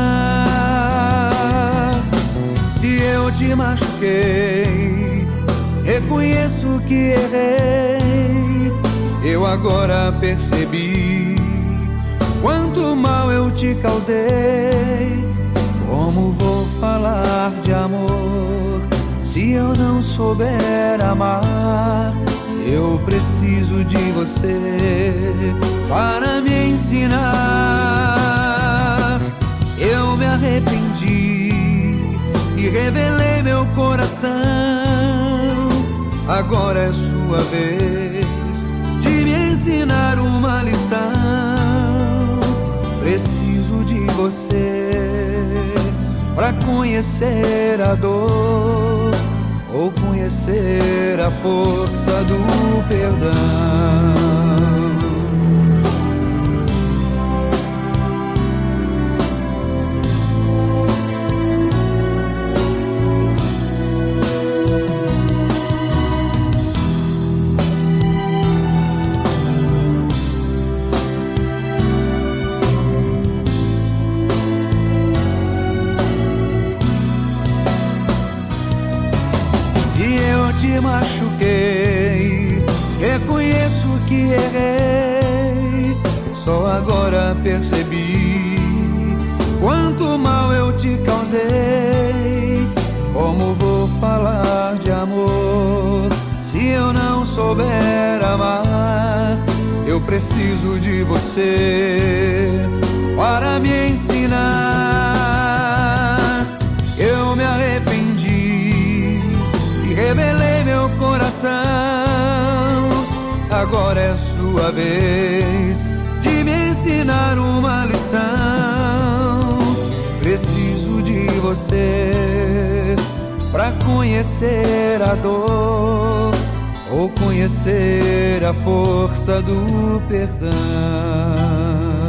Se eu te machuquei, reconheço que errei. Eu agora percebi quanto mal eu te causei. Como vou falar de amor se eu não souber amar? Eu preciso de você para me ensinar. Eu me arrependi e revelei meu coração. Agora é sua vez de me ensinar uma lição. Preciso de você para conhecer a dor, ou conhecer a força do perdão. Te machuquei, reconheço que errei. Só agora percebi quanto mal eu te causei. Como vou falar de amor se eu não souber amar? Eu preciso de você para me ensinar. Eu me arrependi e revelei meu coração. Agora é sua vez de me ensinar uma lição. Preciso de você para conhecer a dor, ou conhecer a força do perdão.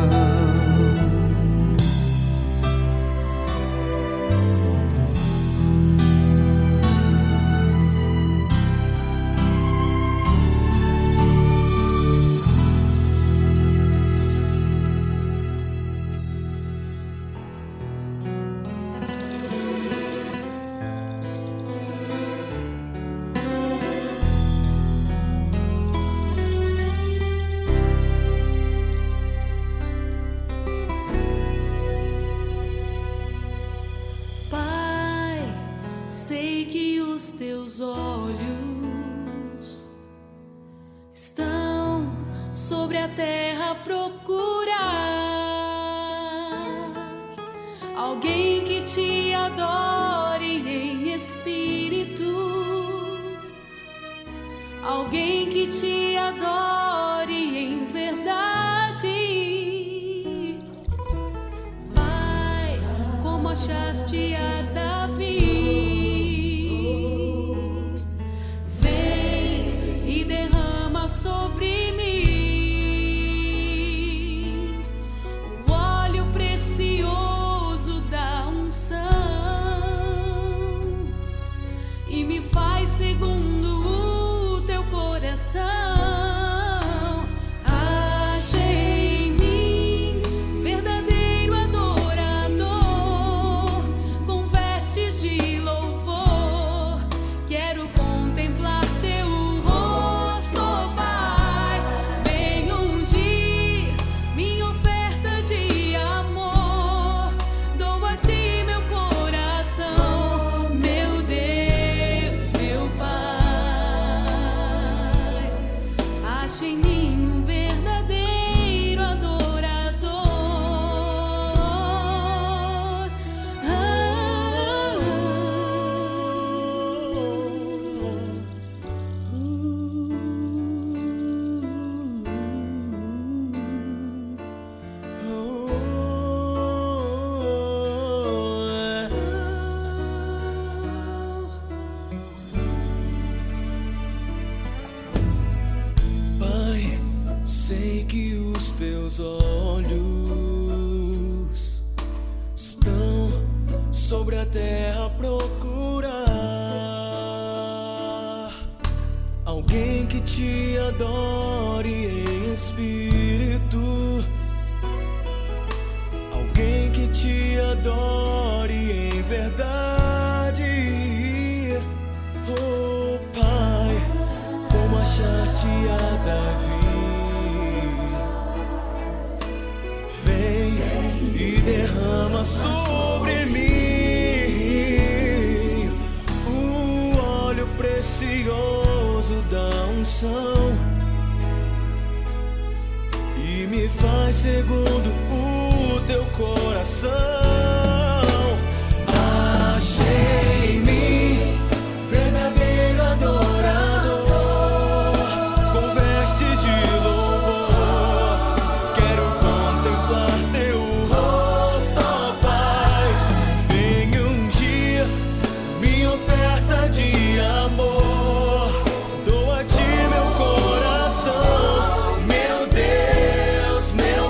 Alguém que te adore em verdade. Pai, como achaste a Davi, vem e derrama sobre mim o óleo precioso da unção e me faz segundo achei em mim verdadeiro adorador, com vestes de sei que os teus olhos estão sobre a terra a procurar alguém que te adore em espírito, alguém que te adore em verdade. Oh Pai, como achaste a Davi, vem e derrama sobre mim o óleo precioso da unção e me faz segundo o teu coração. Achei em mim verdadeiro adorador, com vestes de louvor. Quero contemplar teu rosto, ó Pai. Venha um dia minha oferta de amor. Dou a ti meu coração, meu Deus, meu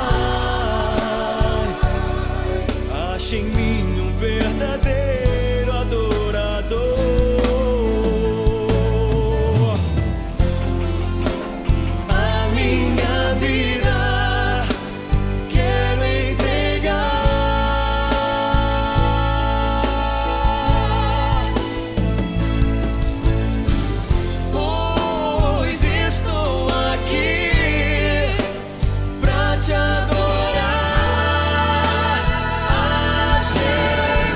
Pai. Ache em mim um verdadeiro adorador. A minha vida quero entregar, pois estou aqui pra te adorar. Achei em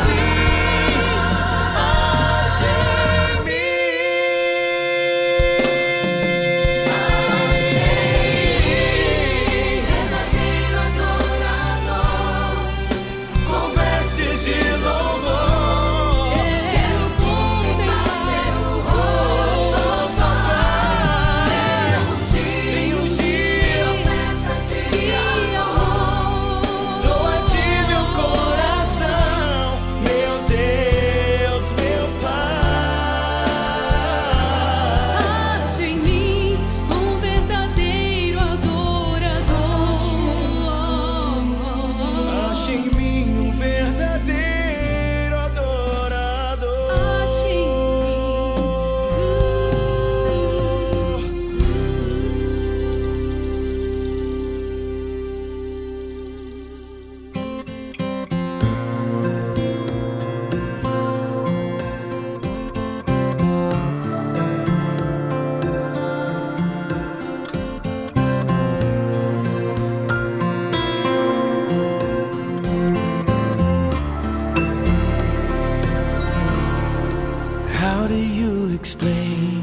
mim verdadeiro adorador, com vestes de louvor. Quero contemplar teu rosto, ó Pai. Vem um dia de amor. Dou a ti meu coração, meu Deus, meu Pai. Ache em mim um verdadeiro adorador. Ache em mim um verdadeiro adorador. Ache em How do you explain?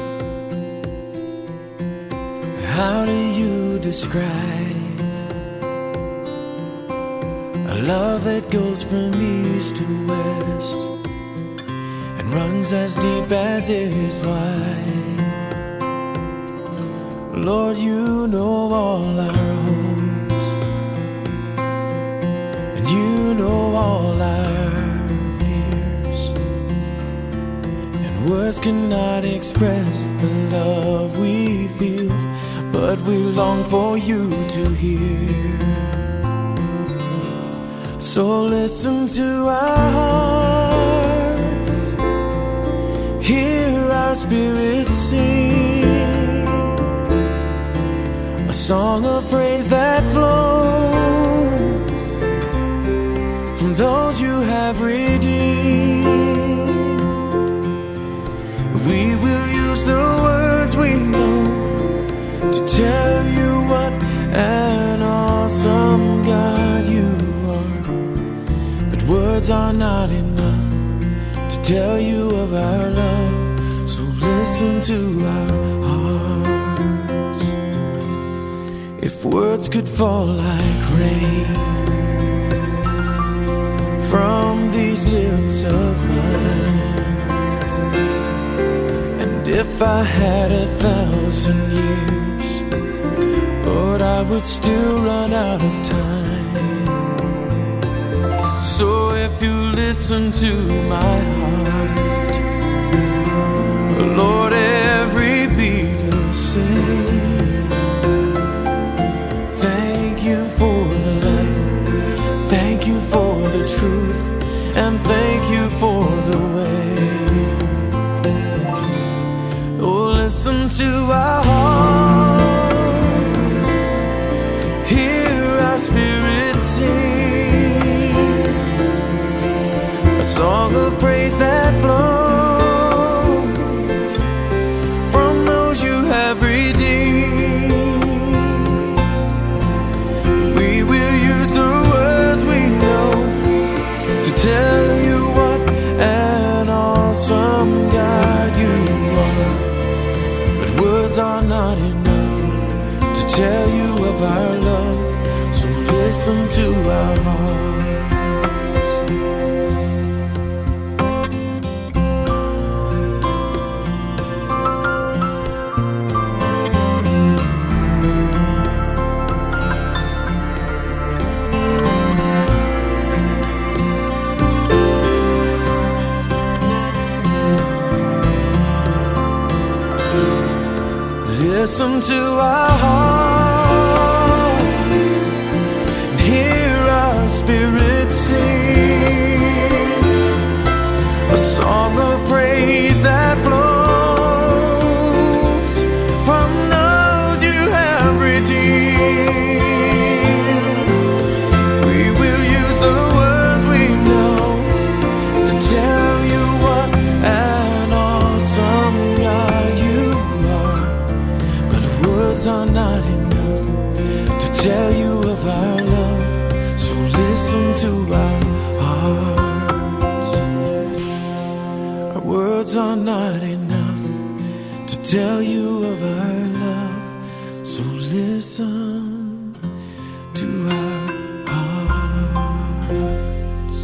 How do you describe a love that goes from east to west and runs as deep as it is wide? Lord, you know all our hopes, and you know all our fears, and words cannot express the love we feel, but we long for you to hear. So listen to our hearts, hear our spirits sing a song of praise that flows from those you have redeemed. We will use the words we know to tell you what an awesome God you are. But words are not enough to tell you of our love. So listen to our hearts. If words could fall like rain from these lips of mine, and if I had 1,000 years, Lord, I would still run out of time. So if you listen to my heart, Lord, every beat will sing you for the way. Oh, listen to our hearts, hear our spirits sing a song of praise that flows from those you have redeemed. We will use the words we know to tell you what an awesome God you are. But words are not enough to tell you of our love, so listen to our hearts. Listen to our hearts, hear our spirits sing a song of praise that flows from those you have redeemed. We will use the words we know to tell you what an awesome God you are. Words are not enough to tell you of our love, so listen to our hearts. Our words are not enough to tell you of our love, so listen to our hearts.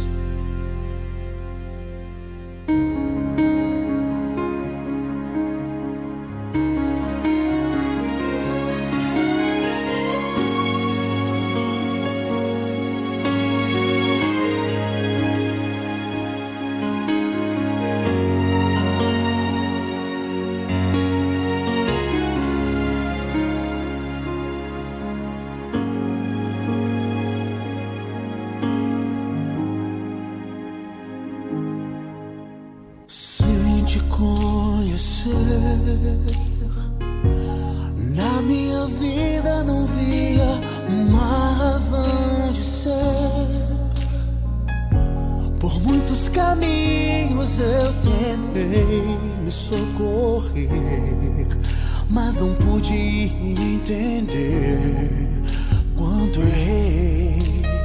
Na minha vida não via uma razão de ser. Por muitos caminhos eu tentei me socorrer, mas não pude entender quanto errei.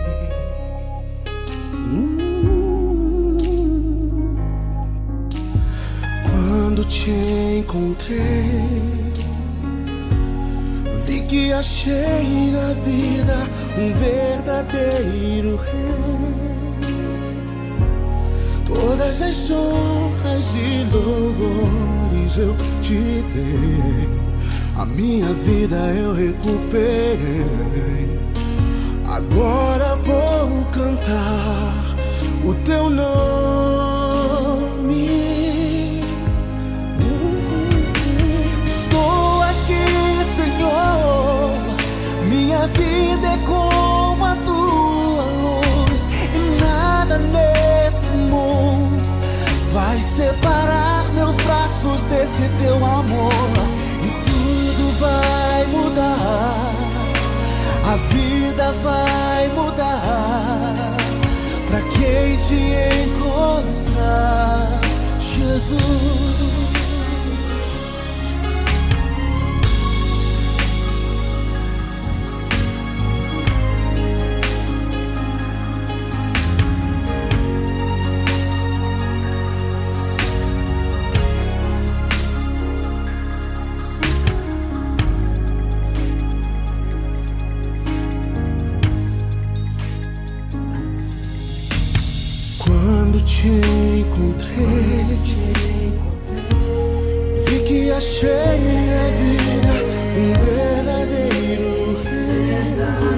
Quando te encontrei, vi que achei na vida um verdadeiro rei. Todas as honras e louvores eu te dei, a minha vida eu recuperei. Agora vou cantar o teu nome. Estou aqui, Senhor, minha vida é como a tua luz, e nada nesse mundo vai separar meus braços desse teu amor. E tudo vai mudar, a vida vai mudar pra quem te encontrar, Jesus. Quando te encontrei, vi que achei na vida um verdadeiro rei.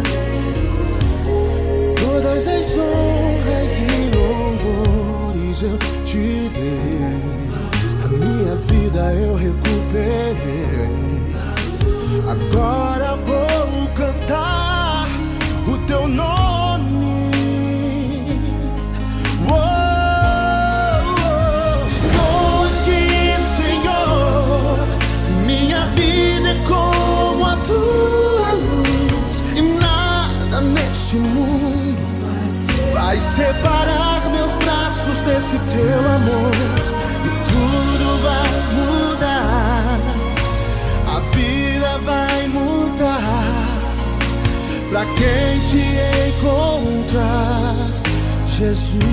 Todas as honras e louvores eu te dei, a minha vida eu recuperei. Agora vou cantar o teu nome. Oh, desse teu amor e tudo vai mudar. A vida vai mudar pra quem te encontrar, Jesus.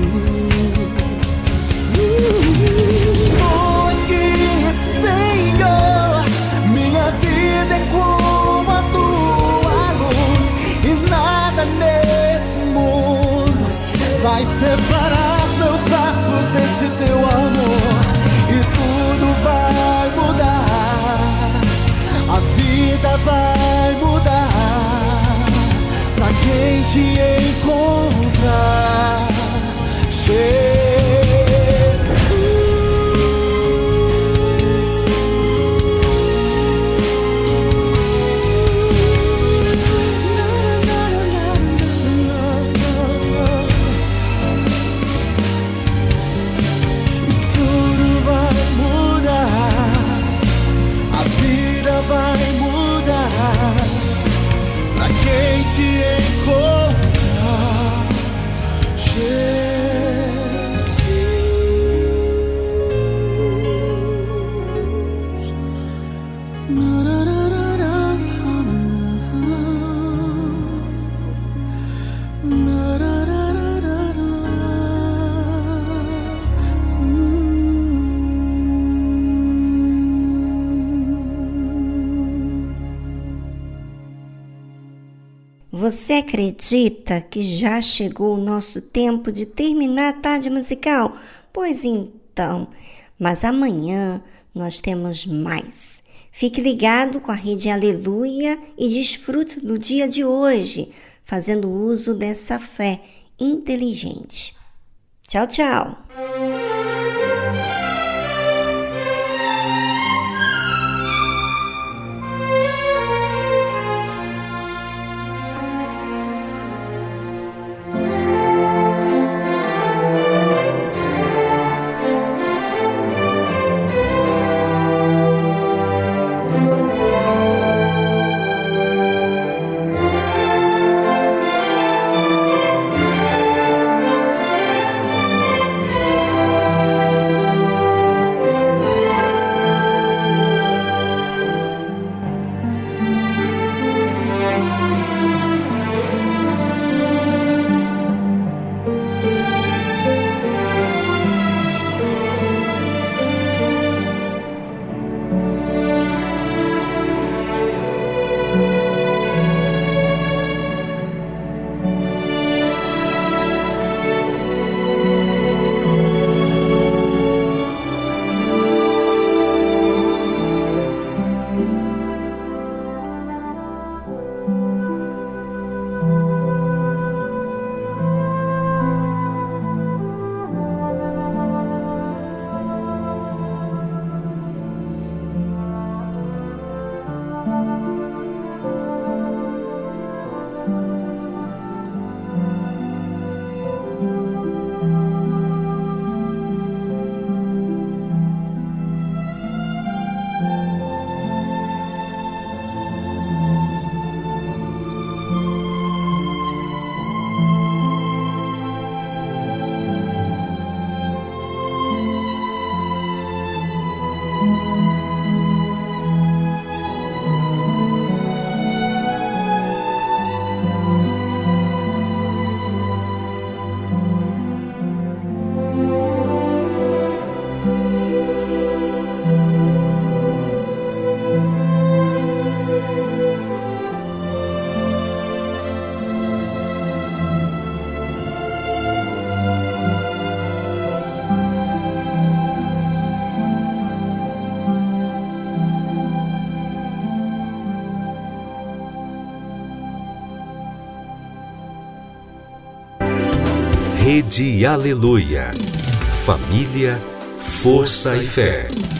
Estou aqui, Senhor, minha vida é como a tua luz e nada nesse mundo vai separar meus braços desse teu amor e tudo vai mudar. A vida vai mudar pra quem te encontrar, Jesus. Vai mudar pra quem te encontrar, Jesus. Você acredita que já chegou o nosso tempo de terminar a tarde musical? Pois então, mas amanhã nós temos mais. Fique ligado com a Rede Aleluia e desfrute do dia de hoje, fazendo uso dessa fé inteligente. Tchau, tchau! Rede Aleluia. Família, força e fé.